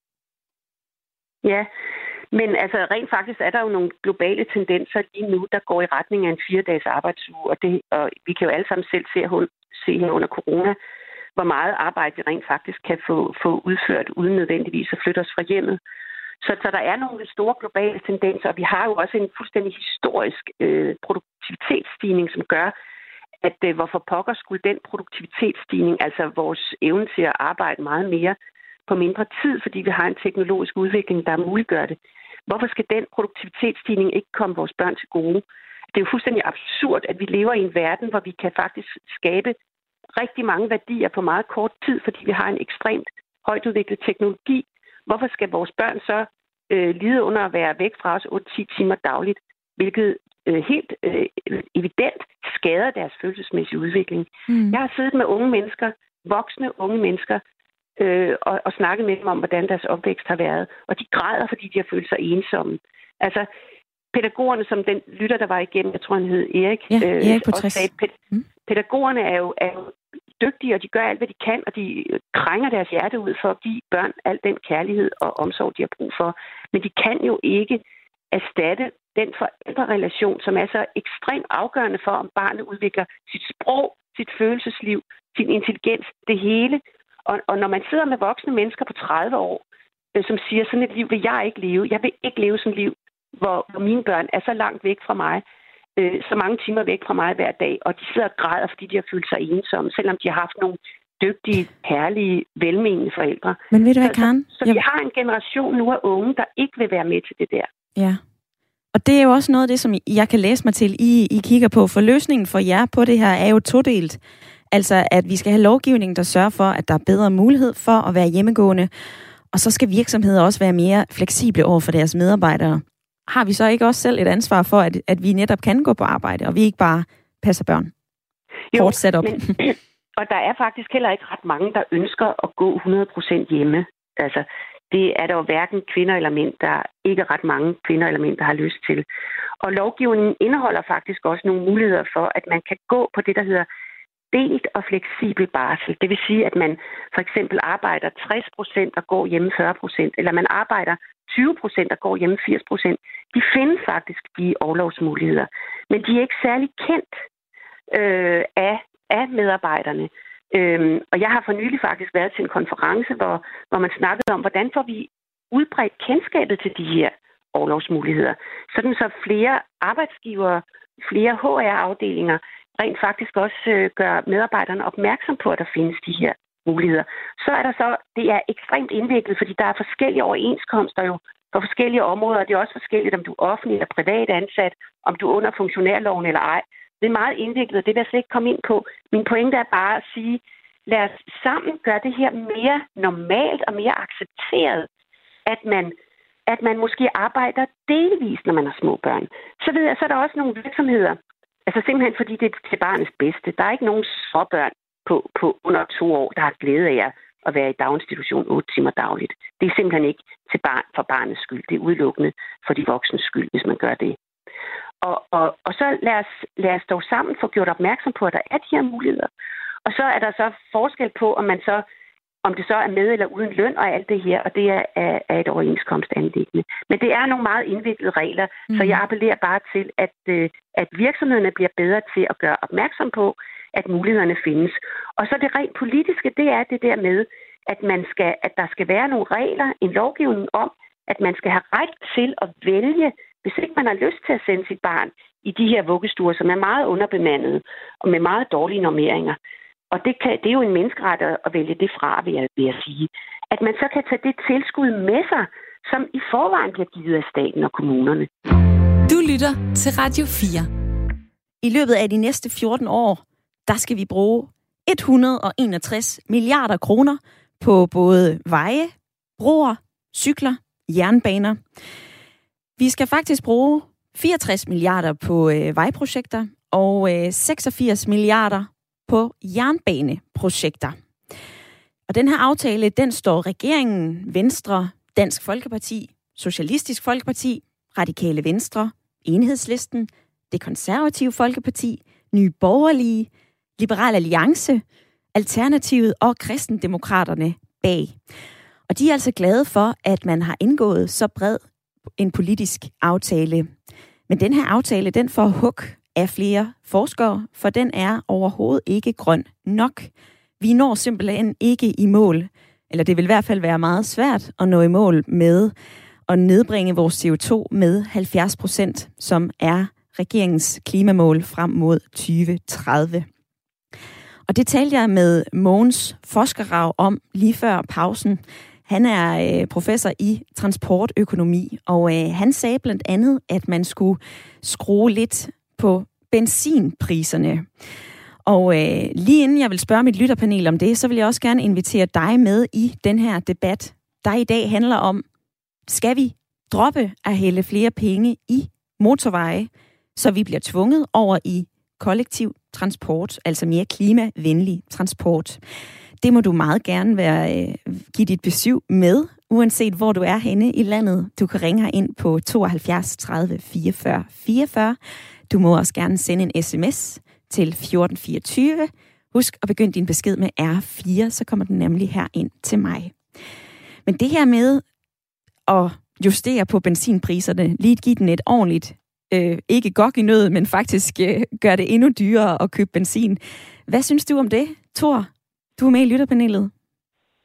Ja, men altså rent faktisk er der jo nogle globale tendenser lige nu, der går i retning af en fire-dages arbejdsuge, og, det, og vi kan jo alle sammen selv se, se her under corona, hvor meget arbejde vi rent faktisk kan få, få udført, uden nødvendigvis at flytte os fra hjemmet. Så, så der er nogle store globale tendenser, og vi har jo også en fuldstændig historisk øh, produktivitetsstigning, som gør, at øh, hvorfor pokker skulle den produktivitetsstigning, altså vores evne til at arbejde meget mere på mindre tid, fordi vi har en teknologisk udvikling, der muliggør det. Hvorfor skal den produktivitetsstigning ikke komme vores børn til gode? Det er jo fuldstændig absurd, at vi lever i en verden, hvor vi kan faktisk skabe rigtig mange værdier på meget kort tid, fordi vi har en ekstremt højtudviklet teknologi. Hvorfor skal vores børn så øh, lide under at være væk fra os otte til ti timer dagligt, hvilket øh, helt øh, evident skader deres følelsesmæssige udvikling? Mm. Jeg har siddet med unge mennesker, voksne unge mennesker, øh, og, og snakket med dem om, hvordan deres opvækst har været, og de græder, fordi de har følt sig ensomme. Altså, pædagogerne, som den lytter, der var igennem, jeg tror, han hed Erik, ja, Erik på tres. Sagde, pæd- mm. pædagogerne er jo, er jo dygtige, og de gør alt, hvad de kan, og de krænger deres hjerte ud for at give børn al den kærlighed og omsorg, de har brug for. Men de kan jo ikke erstatte den forældrerelation, som er så ekstremt afgørende for, om barnet udvikler sit sprog, sit følelsesliv, sin intelligens, det hele. Og, og når man sidder med voksne mennesker på tredive år, øh, som siger, sådan et liv vil jeg ikke leve. Jeg vil ikke leve sådan et liv, hvor, hvor mine børn er så langt væk fra mig. øh, så mange timer væk fra mig hver dag, og de sidder og græder, fordi de har følt sig ensomme, selvom de har haft nogle dygtige, herlige, velmenende forældre. Men ved du hvad, Karen? Så, så, så vi har en generation nu af unge, der ikke vil være med til det der. Ja. Og det er jo også noget af det, som jeg kan læse mig til, I, I kigger på. For løsningen for jer på det her er jo todelt. Altså, at vi skal have lovgivning, der sørger for, at der er bedre mulighed for at være hjemmegående. Og så skal virksomheder også være mere fleksible over for deres medarbejdere. Har vi så ikke også selv et ansvar for, at, at vi netop kan gå på arbejde, og vi ikke bare passer børn? Jo, Hårdt sat op. Men, og der er faktisk heller ikke ret mange, der ønsker at gå hundrede procent hjemme. Altså, det er der jo hverken kvinder eller mænd, der er ikke ret mange kvinder eller mænd, der har lyst til. Og lovgivningen indeholder faktisk også nogle muligheder for, at man kan gå på det, der hedder delt og fleksibel barsel. Det vil sige, at man for eksempel arbejder tres procent og går hjemme fyrre procent, eller man arbejder tyve procent og går hjemme firs procent. De findes faktisk, de orlovsmuligheder. Men de er ikke særlig kendt øh, af, af medarbejderne. Øhm, og jeg har for nylig faktisk været til en konference, hvor, hvor man snakkede om, hvordan får vi udbredt kendskabet til de her orlovsmuligheder. Sådan så flere arbejdsgivere, flere H R-afdelinger rent faktisk også øh, gør medarbejderne opmærksom på, at der findes de her muligheder. Så er der så, det er ekstremt indviklet, fordi der er forskellige overenskomster jo på forskellige områder, og det er også forskelligt, om du er offentlig eller privat ansat, om du er under funktionærloven eller ej. Det er meget indviklet, og det vil jeg slet ikke komme ind på. Min pointe er bare at sige, lad os sammen gøre det her mere normalt og mere accepteret, at man, at man måske arbejder delvis, når man har små børn. Så ved jeg, så er der også nogle virksomheder, altså simpelthen fordi det er til barnets bedste. Der er ikke nogen småbørn på, på under to år, der har glæde af at være i daginstitution otte timer dagligt. Det er simpelthen ikke til barn, for barnets skyld. Det er udelukkende for de voksnes skyld, hvis man gør det. Og, og, og så lad os, lad os dog sammen få gjort opmærksom på, at der er de her muligheder. Og så er der så forskel på, om man så om det så er med eller uden løn og alt det her, og det er, er, er et overenskomstanliggende. Men det er nogle meget indviklede regler, mm. så jeg appellerer bare til, at, øh, at virksomhederne bliver bedre til at gøre opmærksom på, at mulighederne findes. Og så det rent politiske, det er det der med, at, man skal, at der skal være nogle regler, en lovgivning om, at man skal have ret til at vælge, hvis ikke man har lyst til at sende sit barn i de her vuggestuer, som er meget underbemandede og med meget dårlige normeringer. Og det, kan, det er jo en menneskeret at vælge det fra, vil jeg, vil jeg sige. At man så kan tage det tilskud med sig, som i forvejen bliver givet af staten og kommunerne. Du lytter til Radio fire. I løbet af de næste fjorten år, der skal vi bruge et hundrede og enogtres milliarder kroner på både veje, broer, cykler, jernbaner. Vi skal faktisk bruge fireogtres milliarder på øh, vejprojekter og øh, seksogfirs milliarder på jernbaneprojekter. Og den her aftale, den står regeringen, Venstre, Dansk Folkeparti, Socialistisk Folkeparti, Radikale Venstre, Enhedslisten, Det Konservative Folkeparti, Nye Borgerlige, Liberal Alliance, Alternativet og Kristendemokraterne bag. Og de er altså glade for, at man har indgået så bred en politisk aftale. Men den her aftale, den får hug af flere forskere, for den er overhovedet ikke grøn nok. Vi når simpelthen ikke i mål, eller det vil i hvert fald være meget svært at nå i mål med at nedbringe vores C O to med halvfjerds procent, som er regeringens klimamål frem mod tyve tredive. Og det talte jeg med Mogens Forskerrav om lige før pausen. Han er øh, professor i transportøkonomi, og øh, han sagde blandt andet, at man skulle skrue lidt på benzinpriserne. Og øh, lige inden jeg vil spørge mit lytterpanel om det, så vil jeg også gerne invitere dig med i den her debat, der i dag handler om, skal vi droppe at hælde flere penge i motorveje, så vi bliver tvunget over i kollektiv transport, altså mere klimavenlig transport. Det må du meget gerne være, øh, give dit besøg med, uanset hvor du er henne i landet. Du kan ringe ind på tooghalvfjerds tredive fireogfyrre fireogfyrre. Du må også gerne sende en sms til fjorten fireogtyve. Husk at begynde din besked med R fire, så kommer den nemlig her ind til mig. Men det her med at justere på benzinpriserne, lige give den et ordentligt, øh, ikke gok i nød, men faktisk øh, gøre det endnu dyrere at købe benzin. Hvad synes du om det, Thor? Du er med i lytterpanelet.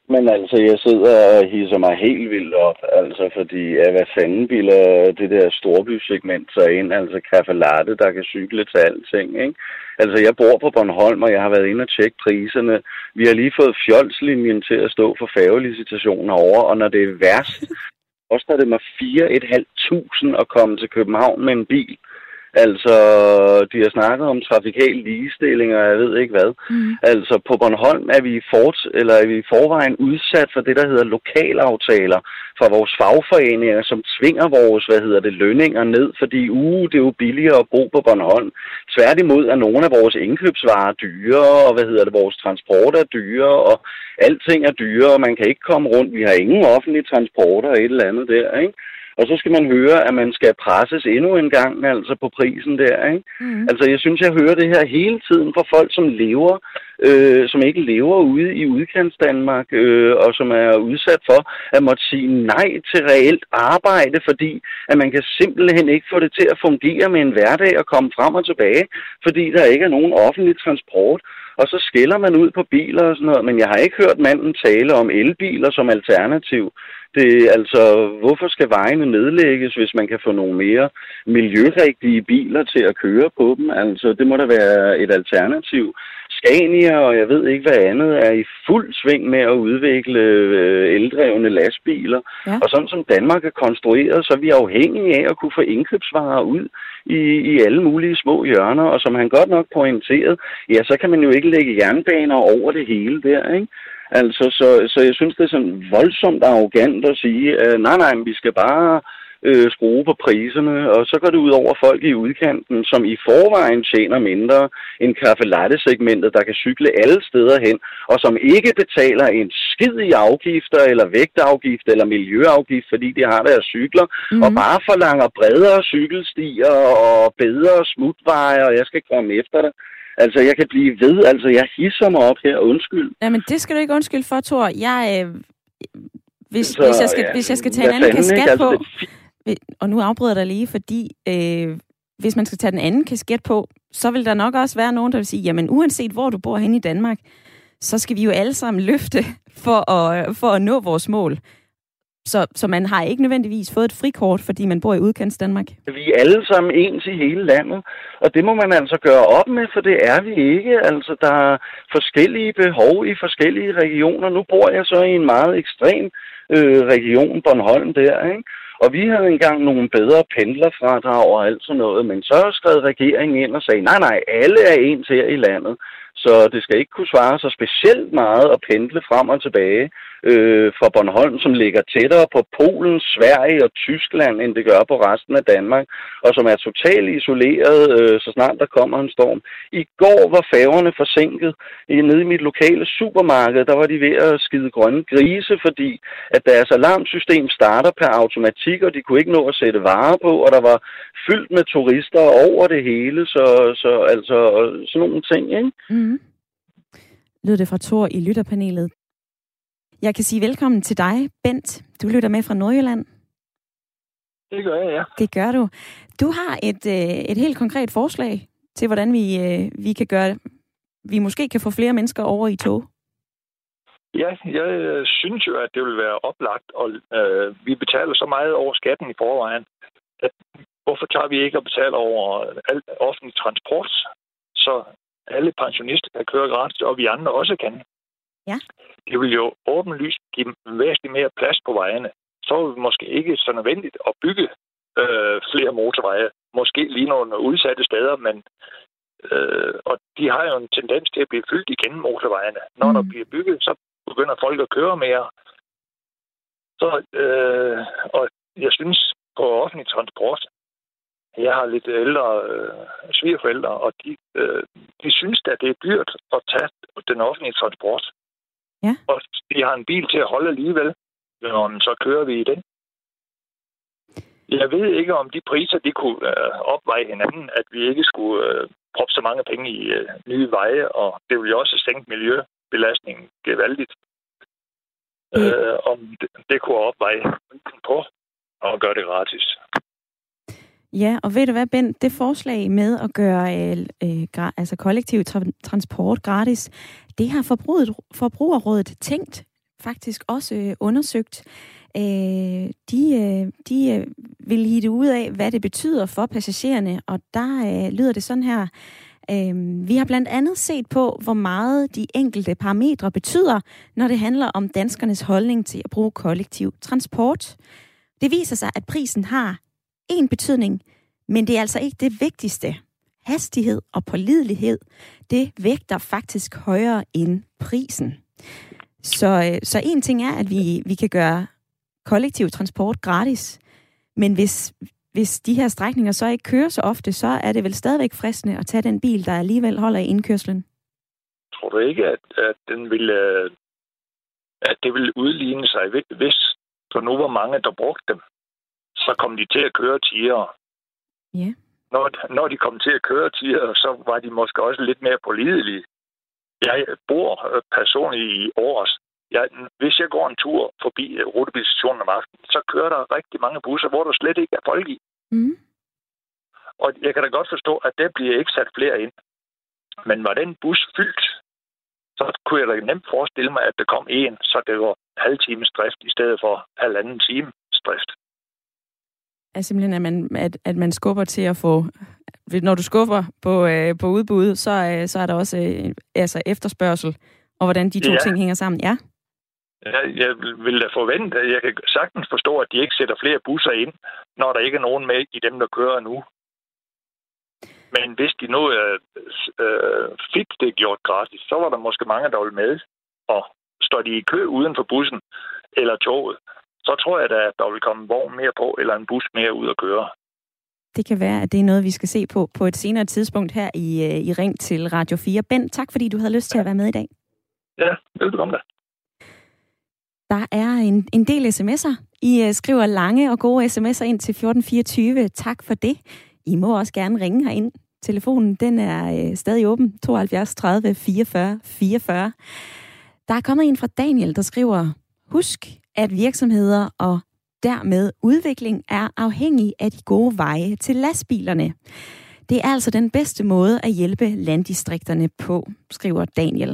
Men altså, jeg sidder og hisser mig helt vildt op, altså fordi, at hvad fanden bilder det der storbysegment sig ind, altså Caffe Latte, der kan cykle til alting, ikke? Altså, jeg bor på Bornholm, og jeg har været inde og tjekke priserne. Vi har lige fået Fjolslinjen til at stå for færgelicitationer over, og når det er værst, koster det mig fire tusind fem hundrede at komme til København med en bil. Altså, de har snakket om trafikal ligestilling, og jeg ved ikke hvad. Mm. Altså, på Bornholm er vi, fort, eller er vi i forvejen udsat for det, der hedder lokalaftaler fra vores fagforeninger, som tvinger vores, hvad hedder det, lønninger ned, fordi uh, det er jo billigere at bo på Bornholm. Tværtimod er nogle af vores indkøbsvarer dyre, og hvad hedder det, vores transport er dyre, og alting er dyre, og man kan ikke komme rundt. Vi har ingen offentlige transporter og et eller andet der, ikke? Og så skal man høre, at man skal presses endnu en gang, altså på prisen der, ikke? Mm. Altså, jeg synes, jeg hører det her hele tiden fra folk, som lever, øh, som ikke lever ude i udkantsdanmark, øh, og som er udsat for at måtte sige nej til reelt arbejde, fordi at man kan simpelthen ikke få det til at fungere med en hverdag og komme frem og tilbage, fordi der ikke er nogen offentlig transport. Og så skiller man ud på biler og sådan noget, men jeg har ikke hørt manden tale om elbiler som alternativ. Det er altså, hvorfor skal vejene nedlægges, hvis man kan få nogle mere miljørigtige biler til at køre på dem? Altså, det må da være et alternativ. Scania og jeg ved ikke hvad andet er i fuld sving med at udvikle eldrevne lastbiler. Ja. Og sådan som Danmark er konstrueret, så er vi afhængige af at kunne få indkøbsvarer ud i, i alle mulige små hjørner. Og som han godt nok pointerede, ja, så kan man jo ikke lægge jernbaner over det hele der, ikke? Altså, så, så jeg synes, det er sådan voldsomt arrogant at sige, at nej, nej, vi skal bare øh, skrue på priserne, og så går det ud over folk i udkanten, som i forvejen tjener mindre end Caffe Latte-segmentet, der kan cykle alle steder hen, og som ikke betaler en skid i afgifter, eller vægtafgift, eller miljøafgift, fordi de har deres cykler, mm. og bare forlanger bredere cykelstier og bedre smutveje, og jeg skal komme efter det. Altså, jeg kan blive ved. Altså, jeg hisser mig op her. Undskyld. Jamen, det skal du ikke undskylde for, Thor. Jeg, øh, hvis, så, hvis, jeg skal, ja, hvis jeg skal tage en anden kasket altså, på... Det... Og nu afbryder jeg dig lige, fordi øh, hvis man skal tage den anden kasket på, så vil der nok også være nogen, der vil sige, jamen, uanset hvor du bor hen i Danmark, så skal vi jo alle sammen løfte for at, for at nå vores mål. Så, så man har ikke nødvendigvis fået et frikort, fordi man bor i udkants Danmark? Vi er alle sammen ens i hele landet, og det må man altså gøre op med, for det er vi ikke. Altså, der er forskellige behov i forskellige regioner. Nu bor jeg så i en meget ekstrem øh, region, Bornholm der, ikke? Og vi havde engang nogle bedre pendlerfradrag og alt sådan noget, men så skrev regeringen ind og sagde, nej, nej, alle er ens her i landet. Så det skal ikke kunne svare sig specielt meget at pendle frem og tilbage øh, fra Bornholm, som ligger tættere på Polen, Sverige og Tyskland, end det gør på resten af Danmark, og som er totalt isoleret, øh, så snart der kommer en storm. I går var færgerne forsinket. Nede i mit lokale supermarked, der var de ved at skide grønne grise, fordi at deres alarmsystem starter per automatik, og de kunne ikke nå at sætte varer på, og der var fyldt med turister over det hele, så, så altså sådan nogle ting, ikke? Mm. Lød det fra Thor i lytterpanelet. Jeg kan sige velkommen til dig, Bent. Du lytter med fra Nordjylland. Det gør jeg, ja. Det gør du. Du har et, et helt konkret forslag til, hvordan vi, vi kan gøre, vi måske kan få flere mennesker over i tog. Ja, jeg synes jo, at det vil være oplagt, og øh, vi betaler så meget over skatten i forvejen, at hvorfor tager vi ikke at betale over al offentlig transport, så alle pensionister kan køre gratis, og vi andre også kan. Ja. Det vil jo åbenlyst give væsentligt mere plads på vejene. Så er det måske ikke så nødvendigt at bygge øh, flere motorveje. Måske lige nogle udsatte steder, men øh, og de har jo en tendens til at blive fyldt igen, motorvejene. Når mm. der bliver bygget, så begynder folk at køre mere. Så, øh, og jeg synes, på offentlig transport, jeg har lidt ældre øh, svigerforældre, og de, øh, de synes at det er dyrt at tage den offentlige transport. Ja. Og de har en bil til at holde alligevel, når så kører vi i den. Jeg ved ikke, om de priser, de kunne øh, opveje hinanden, at vi ikke skulle øh, proppe så mange penge i øh, nye veje, og det vil jo også sænke miljøbelastningen gevaldigt. Mm. Øh, om det, det kunne opveje på og gøre det gratis. Ja, og ved du hvad, Ben, det forslag med at gøre øh, øh, gra- altså kollektiv tra- transport gratis, det har forbruget, Forbrugerrådet tænkt, faktisk også øh, undersøgt. Øh, de øh, de øh, vil hitte ud af, hvad det betyder for passagererne, og der øh, lyder det sådan her. Øh, vi har blandt andet set på, hvor meget de enkelte parametre betyder, når det handler om danskernes holdning til at bruge kollektiv transport. Det viser sig, at prisen har en betydning, men det er altså ikke det vigtigste. Hastighed og pålidelighed, det vægter faktisk højere end prisen. Så, så en ting er, at vi, vi kan gøre kollektiv transport gratis, men hvis, hvis de her strækninger så ikke kører så ofte, så er det vel stadigvæk fristende at tage den bil, der alligevel holder i indkørslen. Tror du ikke, at, at, den vil, at det vil udligne sig, hvis der nu var mange, der brugte dem, så kom de til at køre tiere. Ja. Når, når de kom til at køre tiere, så var de måske også lidt mere pålidelige. Jeg bor personligt i Aarhus. Jeg, hvis jeg går en tur forbi rutebilstationen om aftenen, så kører der rigtig mange busser, hvor der slet ikke er folk i. Mm. Og jeg kan da godt forstå, at der bliver ikke sat flere ind. Men var den bus fyldt, så kunne jeg da nemt forestille mig, at der kom en, så det var halv times drift i stedet for halvanden times drift. Er simpelthen, at man, at, at man skubber til at få... Når du skubber på, øh, på udbud, så, øh, så er der også øh, altså efterspørgsel, og hvordan de to ja. ting hænger sammen. Ja. Ja, jeg vil da forvente, at jeg kan sagtens forstå, at de ikke sætter flere busser ind, når der ikke er nogen med i dem, der kører nu. Men hvis de nu øh, øh, fik det gjort gratis, så var der måske mange, der ville med. Og står de i kø uden for bussen eller toget, så tror jeg da, at der vil komme en vogn mere på, eller en bus mere ud at køre. Det kan være, at det er noget, vi skal se på på et senere tidspunkt her i, i Ring til Radio fire. Bent, tak fordi du havde lyst til at være med i dag. Ja, velkommen da. Der er en, en del sms'er. I uh, skriver lange og gode sms'er ind til fjorten fireogtyve. Tak for det. I må også gerne ringe herind. Telefonen den er uh, stadig åben. tooghalvfjerds tredive fireogfyrre fireogfyrre. Der er kommet en fra Daniel, der skriver: Husk, at virksomheder og dermed udvikling er afhængig af de gode veje til lastbilerne. Det er altså den bedste måde at hjælpe landdistrikterne på, skriver Daniel.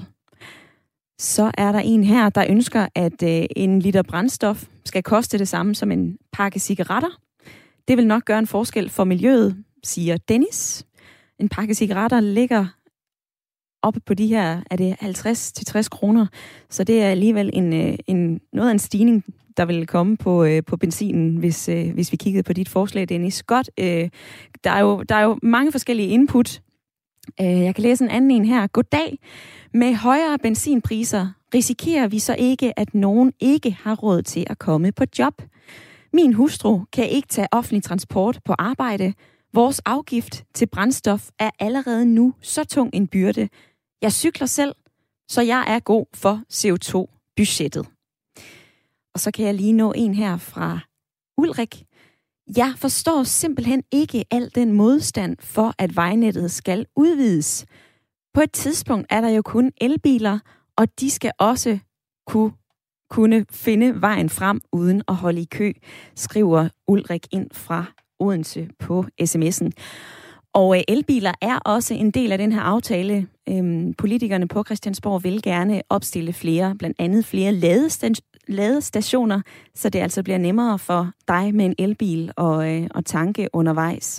Så er der en her, der ønsker, at øh, en liter brændstof skal koste det samme som en pakke cigaretter. Det vil nok gøre en forskel for miljøet, siger Dennis. En pakke cigaretter ligger oppe på de her, er det halvtreds til tres kroner, så det er alligevel en, en, noget af en stigning, der vil komme på, øh, på benzinen, hvis, øh, hvis vi kiggede på dit forslag, Dennis. Godt, øh, der, er jo, der er jo mange forskellige input. Øh, jeg kan læse en anden en her. Goddag. Med højere benzinpriser risikerer vi så ikke, at nogen ikke har råd til at komme på job. Min hustru kan ikke tage offentlig transport på arbejde. Vores afgift til brændstof er allerede nu så tung en byrde. Jeg cykler selv, så jeg er god for C O to budgettet. Og så kan jeg lige nå en her fra Ulrik. Jeg forstår simpelthen ikke al den modstand for, at vejnettet skal udvides. På et tidspunkt er der jo kun elbiler, og de skal også kunne, kunne finde vejen frem uden at holde i kø, skriver Ulrik ind fra Odense på sms'en. Og elbiler er også en del af den her aftale. Øhm, politikerne på Christiansborg vil gerne opstille flere, blandt andet flere ladestationer, så det altså bliver nemmere for dig med en elbil og, øh, og tanke undervejs.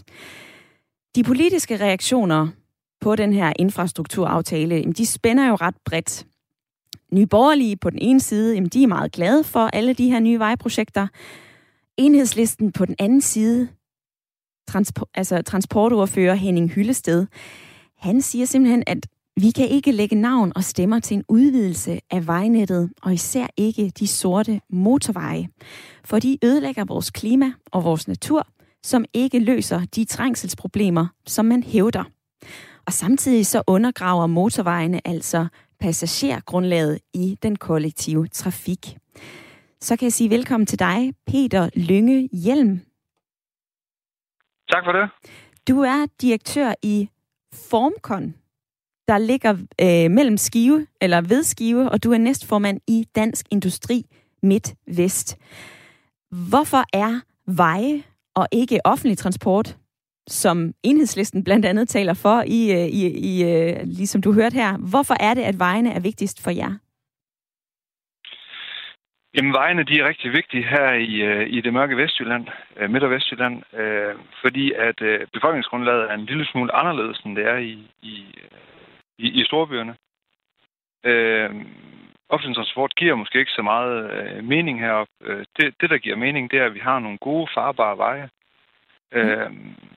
De politiske reaktioner på den her infrastrukturaftale, de spænder jo ret bredt. Nye Borgerlige på den ene side, jamen, de er meget glade for alle de her nye vejprojekter. Enhedslisten på den anden side, Transport, altså transportordfører Henning Hyllested, han siger simpelthen, at vi kan ikke lægge navn og stemmer til en udvidelse af vejnettet, og især ikke de sorte motorveje. For de ødelægger vores klima og vores natur, som ikke løser de trængselsproblemer, som man hævder. Og samtidig så undergraver motorvejene altså passagergrundlaget i den kollektive trafik. Så kan jeg sige velkommen til dig, Peter Lynge Hjelm. Tak for det. Du er direktør i Formcon, der ligger øh, mellem Skive, eller ved Skive, og du er næstformand i Dansk Industri Midt-Vest. Hvorfor er veje og ikke offentlig transport, som Enhedslisten blandt andet taler for, i, i, i, ligesom du hørte her, hvorfor er det, at vejene er vigtigst for jer? Jamen, vejene, de er rigtig vigtige her i, i det mørke Vestjylland, Midt- og Vestjylland, øh, fordi at øh, befolkningsgrundlaget er en lille smule anderledes, end det er i, i, i, i storbyerne. Øh, offentlig transport giver måske ikke så meget øh, mening heroppe. Øh, det, det, der giver mening, det er, at vi har nogle gode, farbare veje. Øh,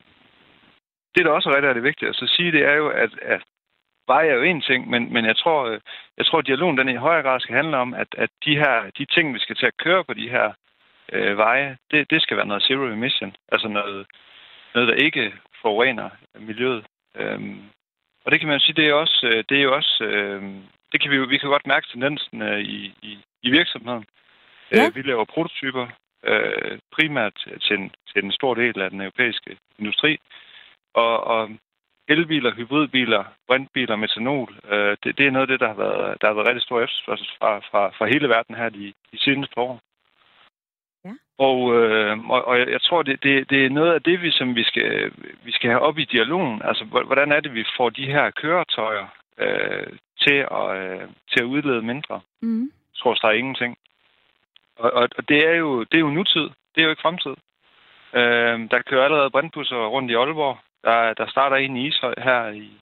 det, der også er rigtig, rigtig vigtigt at så sige, det er jo, at, at veje er jo en ting, men, men jeg tror, jeg tror, at dialogen den i højere grad skal handle om, at, at de her, de ting, vi skal til at køre på de her øh, veje, det, det skal være noget zero emission, altså noget, noget der ikke forurener miljøet. Øhm, og det kan man jo sige, det er også, det er jo også, øh, det kan vi jo, vi kan godt mærke tendensen øh, i, i, i virksomheden. Ja. Øh, vi laver prototyper, øh, primært til en, til en stor del af den europæiske industri, og, og elbiler, hybridbiler, brintbiler, metanol, øh, det, det er noget af det, der har været, der har været rigtig stor efterspørgsel fra, fra, fra hele verden her de, de seneste år. Ja. Og, øh, og, og jeg tror, det, det, det er noget af det, vi, som vi skal, vi skal have op i dialogen. Altså, hvordan er det, vi får de her køretøjer øh, til, at, øh, til at udlede mindre? Mm. Jeg tror, der er ingenting. Og, og, og det, er jo, det er jo nutid. Det er jo ikke fremtid. Øh, der kører allerede brintbusser rundt i Aalborg. Der, der starter en i Ishøj her i,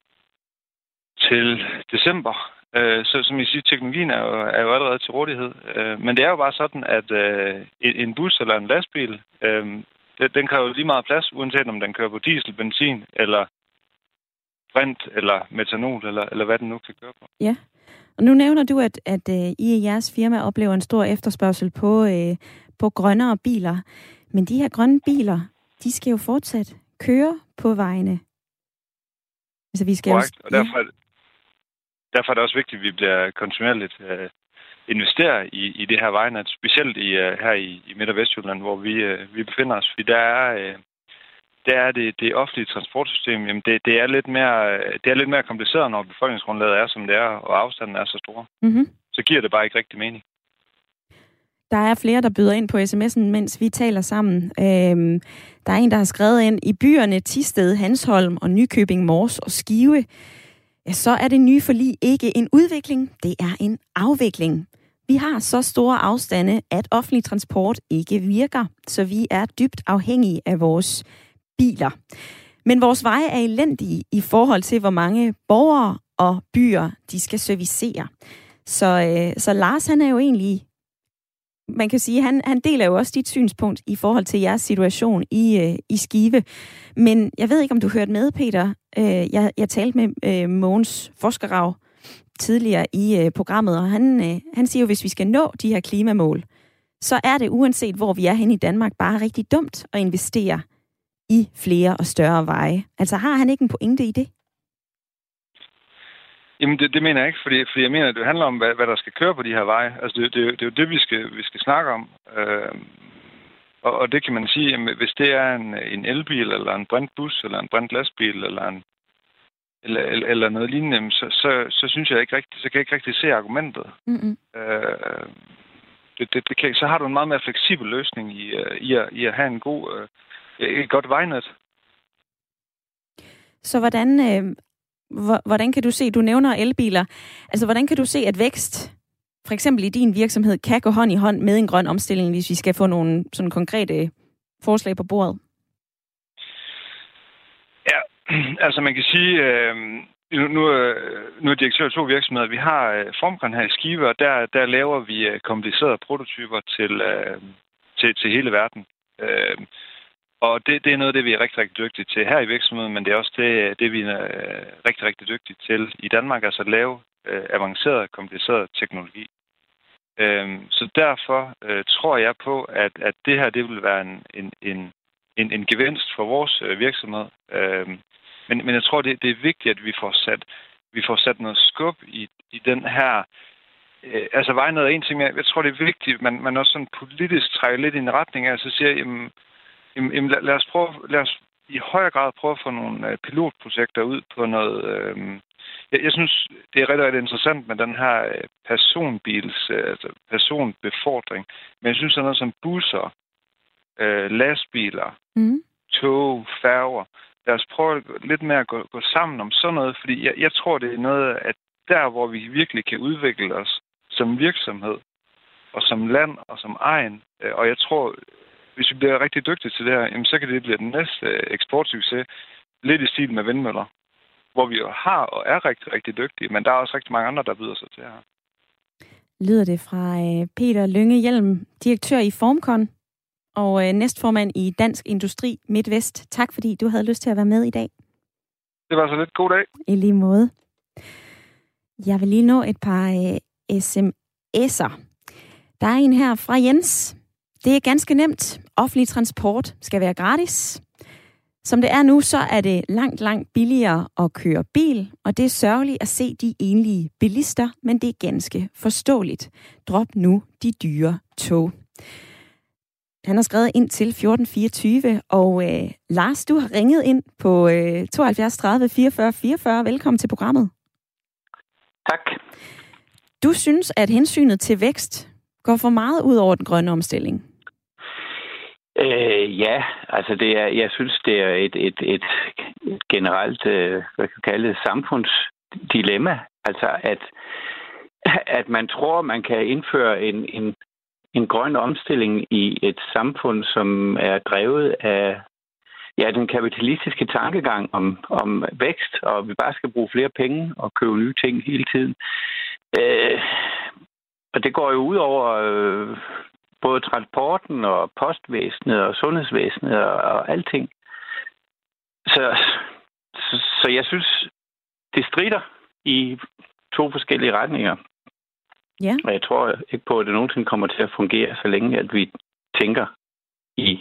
til december. Øh, så som I siger, teknologien er jo, er jo allerede til rådighed. Øh, men det er jo bare sådan, at øh, en bus eller en lastbil, øh, den, den kræver lige meget plads, uanset om den kører på diesel, benzin, eller brint, eller metanol, eller, eller hvad den nu kan køre på. Ja, og nu nævner du, at, at øh, I i jeres firma oplever en stor efterspørgsel på, øh, på grønnere biler. Men de her grønne biler, de skal jo fortsat køre på vejene. Altså, vi skal Korrekt, jo... og derfor, ja. derfor er det også vigtigt, at vi bliver kontinuerligt uh, investerer i, i det her vejnet, specielt i, uh, her i, i Midt- og Vestjylland, hvor vi, uh, vi befinder os. Fordi der er, uh, der er det, det offentlige transportsystem, jamen det, det, er lidt mere, det er lidt mere kompliceret, når befolkningsgrundlaget er, som det er, og afstanden er så stor. Mm-hmm. Så giver det bare ikke rigtig mening. Der er flere, der byder ind på sms'en, mens vi taler sammen. Øhm, der er en, der har skrevet ind, i byerne Thisted, Hanstholm og Nykøbing Mors og Skive, ja, så er det nye forlig ikke en udvikling, det er en afvikling. Vi har så store afstande, at offentlig transport ikke virker, så vi er dybt afhængige af vores biler. Men vores veje er elendige i forhold til, hvor mange borgere og byer, de skal servicere. Så, øh, så Lars, han er jo egentlig... Man kan sige, at han, han deler jo også dit synspunkt i forhold til jeres situation i, øh, i Skive. Men jeg ved ikke, om du hørte med, Peter. Øh, jeg, jeg talte med øh, Mogens Forskerrav tidligere i øh, programmet, og han, øh, han siger jo, at hvis vi skal nå de her klimamål, så er det uanset, hvor vi er henne i Danmark, bare rigtig dumt at investere i flere og større veje. Altså har han ikke en pointe i det? Jamen, det, det mener jeg ikke, fordi, fordi jeg mener, at det handler om, hvad, hvad der skal køre på de her veje. Altså, det, det, det er jo det, vi skal, vi skal snakke om. Øh, og, og det kan man sige, jamen, hvis det er en, en elbil, eller en brintbus, eller en brintlastbil, eller, en, eller, eller, eller noget lignende, så, så, så synes jeg ikke rigtig, så kan jeg ikke rigtig se argumentet. Mm-hmm. Øh, det, det, det kan, så har du en meget mere fleksibel løsning i, i, at, i at have en god, et godt vejnet. Så hvordan... Øh Hvordan kan du se, du nævner elbiler, altså hvordan kan du se, at vækst, for eksempel i din virksomhed, kan gå hånd i hånd med en grøn omstilling, hvis vi skal få nogle sådan konkrete forslag på bordet? Ja, altså man kan sige, øh, nu, nu, nu er direktør to virksomheder. Vi har øh, Formgren her i Skive, og der, der laver vi øh, komplicerede prototyper til, øh, til, til hele verden. Øh, Og det, det er noget af det, vi er rigtig, rigtig dygtige til her i virksomheden, men det er også det, det vi er rigtig, rigtig dygtige til i Danmark, altså at lave øh, avanceret, kompliceret teknologi. Øhm, så derfor øh, tror jeg på, at, at det her det vil være en, en, en, en, en gevinst for vores øh, virksomhed. Øhm, men, men jeg tror, det, det er vigtigt, at vi får sat, vi får sat noget skub i, i den her... Øh, altså vejnet er en ting, jeg, jeg tror, det er vigtigt, at man, man også sådan politisk trækker lidt i en retning af, så siger jeg, jamen, Jamen, lad, lad, os prøve, lad os i højere grad prøve at få nogle øh, pilotprojekter ud på noget... Øh, jeg, jeg synes, det er rigtig, rigtig interessant med den her øh, personbils, øh, altså personbefordring. Men jeg synes, der er noget som busser, øh, lastbiler, mm. tog, færger. Lad os prøve lidt mere at gå, gå sammen om sådan noget, fordi jeg, jeg tror, det er noget, at der, hvor vi virkelig kan udvikle os som virksomhed, og som land og som egen. Og jeg tror, hvis vi bliver rigtig dygtige til det her, jamen, så kan det blive den næste eksportsucces, lidt i stil med vindmøller, hvor vi jo har og er rigtig, rigtig dygtige, men der er også rigtig mange andre, der byder sig til her. Lyder det fra Peter Lynge Hjelm, direktør i Formcon og næstformand i Dansk Industri MidtVest. Tak fordi du havde lyst til at være med i dag. Det var så lidt. God dag. I lige måde. Jeg vil lige nå et par sms'er. Der er en her fra Jens. Det er ganske nemt. Offentlig transport skal være gratis. Som det er nu, så er det langt, langt billigere at køre bil, og det er sørgeligt at se de enlige bilister, men det er ganske forståeligt. Drop nu de dyre tog. Han har skrevet ind til fjorten fireogtyve, og øh, Lars, du har ringet ind på øh, tooghalvfjerds tredive fireogfyrre fireogfyrre. Velkommen til programmet. Tak. Du synes, at hensynet til vækst går for meget ud over den grønne omstilling? Øh, ja, altså det er, jeg synes, det er et, et, et, et generelt, øh, hvad kan man kalde det, samfundsdilemma. Altså at, at man tror, man kan indføre en, en, en grøn omstilling i et samfund, som er drevet af ja, den kapitalistiske tankegang om, om vækst, og vi bare skal bruge flere penge og købe nye ting hele tiden. Øh, og det går jo ud over øh, både transporten og postvæsenet og sundhedsvæsenet og, og alting. Så, så, så jeg synes, det strider i to forskellige retninger. Ja. Og jeg tror ikke på, at det nogensinde kommer til at fungere, så længe at vi tænker i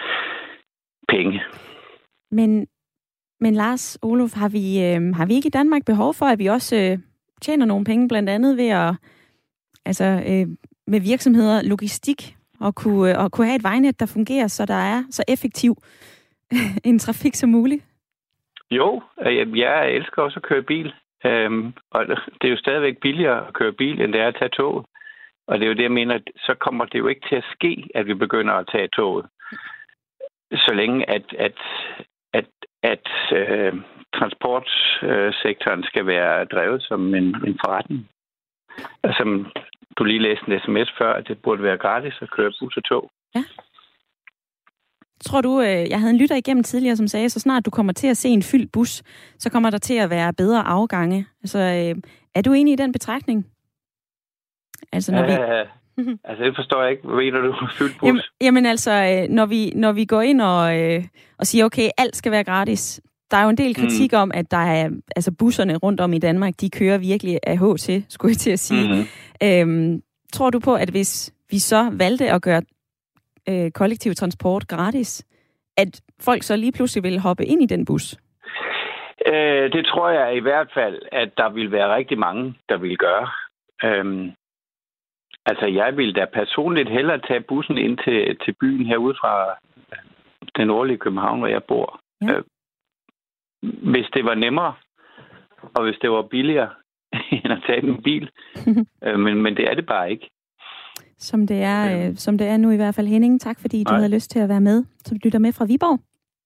penge. Men, men Lars Olof, har vi, øh, har vi ikke i Danmark behov for, at vi også øh, tjener nogle penge, blandt andet ved at, altså øh, med virksomheder, logistik, og kunne, øh, og kunne have et vejnet, der fungerer, så der er så effektiv en trafik som muligt? Jo, jeg, jeg elsker også at køre bil. Øhm, og det er jo stadigvæk billigere at køre bil, end det er at tage toget. Og det er jo det, jeg mener, så kommer det jo ikke til at ske, at vi begynder at tage toget. Så længe at, at, at, at øh, transportsektoren skal være drevet som en, en forretning. Og som du lige læste en sms før, at det burde være gratis at køre bus og tog. Ja. Tror du, jeg havde en lytter igennem tidligere, som sagde, så snart du kommer til at se en fyldt bus, så kommer der til at være bedre afgange. Altså, er du enig i den betragtning? Altså, når vi... Uh, altså, det forstår jeg ikke. Hvad mener du? Fyldt bus? Jamen, jamen altså, når vi, når vi går ind og, øh, og siger, okay, alt skal være gratis. Der er jo en del kritik mm. om, at der er, altså busserne rundt om i Danmark, de kører virkelig af H til, skulle jeg til at sige. Mm-hmm. Øhm, tror du på, at hvis vi så valgte at gøre øh, kollektiv transport gratis, at folk så lige pludselig ville hoppe ind i den bus? Øh, det tror jeg i hvert fald, at der vil være rigtig mange, der vil gøre. Øhm, altså, jeg vil da personligt hellere tage bussen ind til, til byen herude fra den nordlige København, hvor jeg bor. Ja. Øh, hvis det var nemmere, og hvis det var billigere, end at tage en bil. øh, men, men det er det bare ikke. Som det er, øh, som det er nu i hvert fald. Henning, tak fordi du Nej. havde lyst til at være med. Så du lytter med fra Viborg.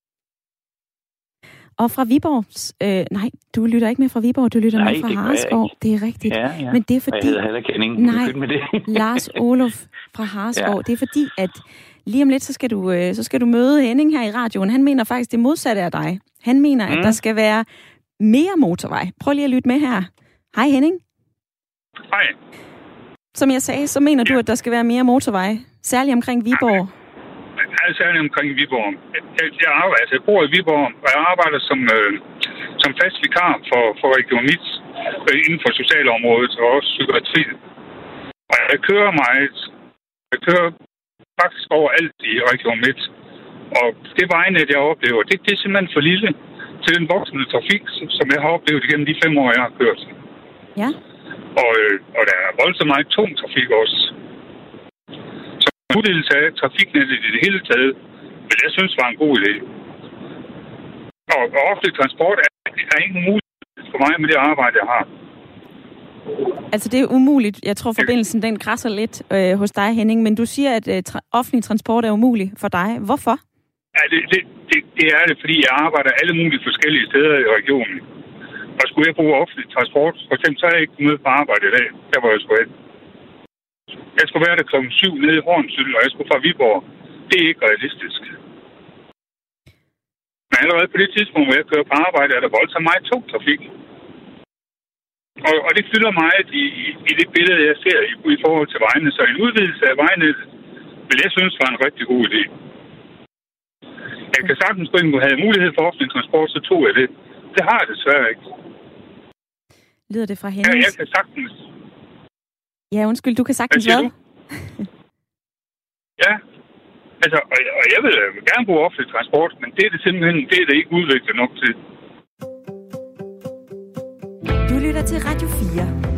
Og fra Viborg, øh, nej, du lytter ikke med fra Viborg, du lytter nej, med fra Hareskov. Det er rigtigt. Ja, ja. Men det er fordi... Og jeg hedder heller ikke Henning. Nej, med det. Lars Olof fra Hareskov. Ja. Det er fordi, at lige om lidt, så skal, du, øh, så skal du møde Henning her i radioen. Han mener faktisk det modsatte af dig. Han mener, mm. at der skal være mere motorvej. Prøv lige at lytte med her. Hej Henning. Hej. Som jeg sagde, så mener ja. du, at der skal være mere motorvej. Særligt omkring Viborg. Ja, særligt omkring Viborg. Jeg, jeg, arbejder, altså, jeg bor i Viborg, og jeg arbejder som, øh, som fast vikar for, for Region Midt øh, inden for socialområdet og også psykiatri. Og jeg kører meget. Jeg kører faktisk overalt i Region Midt. Og det vejnet, jeg oplever, det, det er simpelthen for lille til den voksende trafik, som jeg har oplevet igennem de fem år, jeg har kørt. Ja. Og, øh, og der er voldsomt meget tung trafik også. Så udvidelse af trafiknettet i det hele taget, vil jeg synes var en god idé. Og, og offentlig transport er, er ikke muligt for mig med det arbejde, jeg har. Altså det er umuligt. Jeg tror forbindelsen den krasser lidt øh, hos dig, Henning, men du siger, at øh, tra- offentlig transport er umulig for dig. Hvorfor? Ja, det, det, det, det er det, fordi jeg arbejder alle mulige forskellige steder i regionen. Og skulle jeg bruge offentlig transport, for eksempel, så er jeg ikke med på arbejde i dag. Der var jeg sgu hen. jeg skulle være der klokken syv nede i Hornsyld, og jeg skulle fra Viborg. Det er ikke realistisk. Men allerede på det tidspunkt, hvor jeg kører på arbejde, er der voldsomt meget tung trafik. Og, og det fylder meget i, i, i det billede, jeg ser i, i forhold til vejene. Så en udvidelse af vejnettet vil jeg synes var en rigtig god idé. Jeg kan sagtens gå ind og have mulighed for offentlig transport, så tog jeg det. Det har jeg desværre ikke. Lyder det fra Henning? Ja, jeg kan sagtens. Ja, undskyld, du kan sagtens hvad? Ja, altså, og, og jeg vil gerne bruge offentlig transport, men det er det simpelthen, det er det ikke udviklet nok til. Du lytter til Radio fire.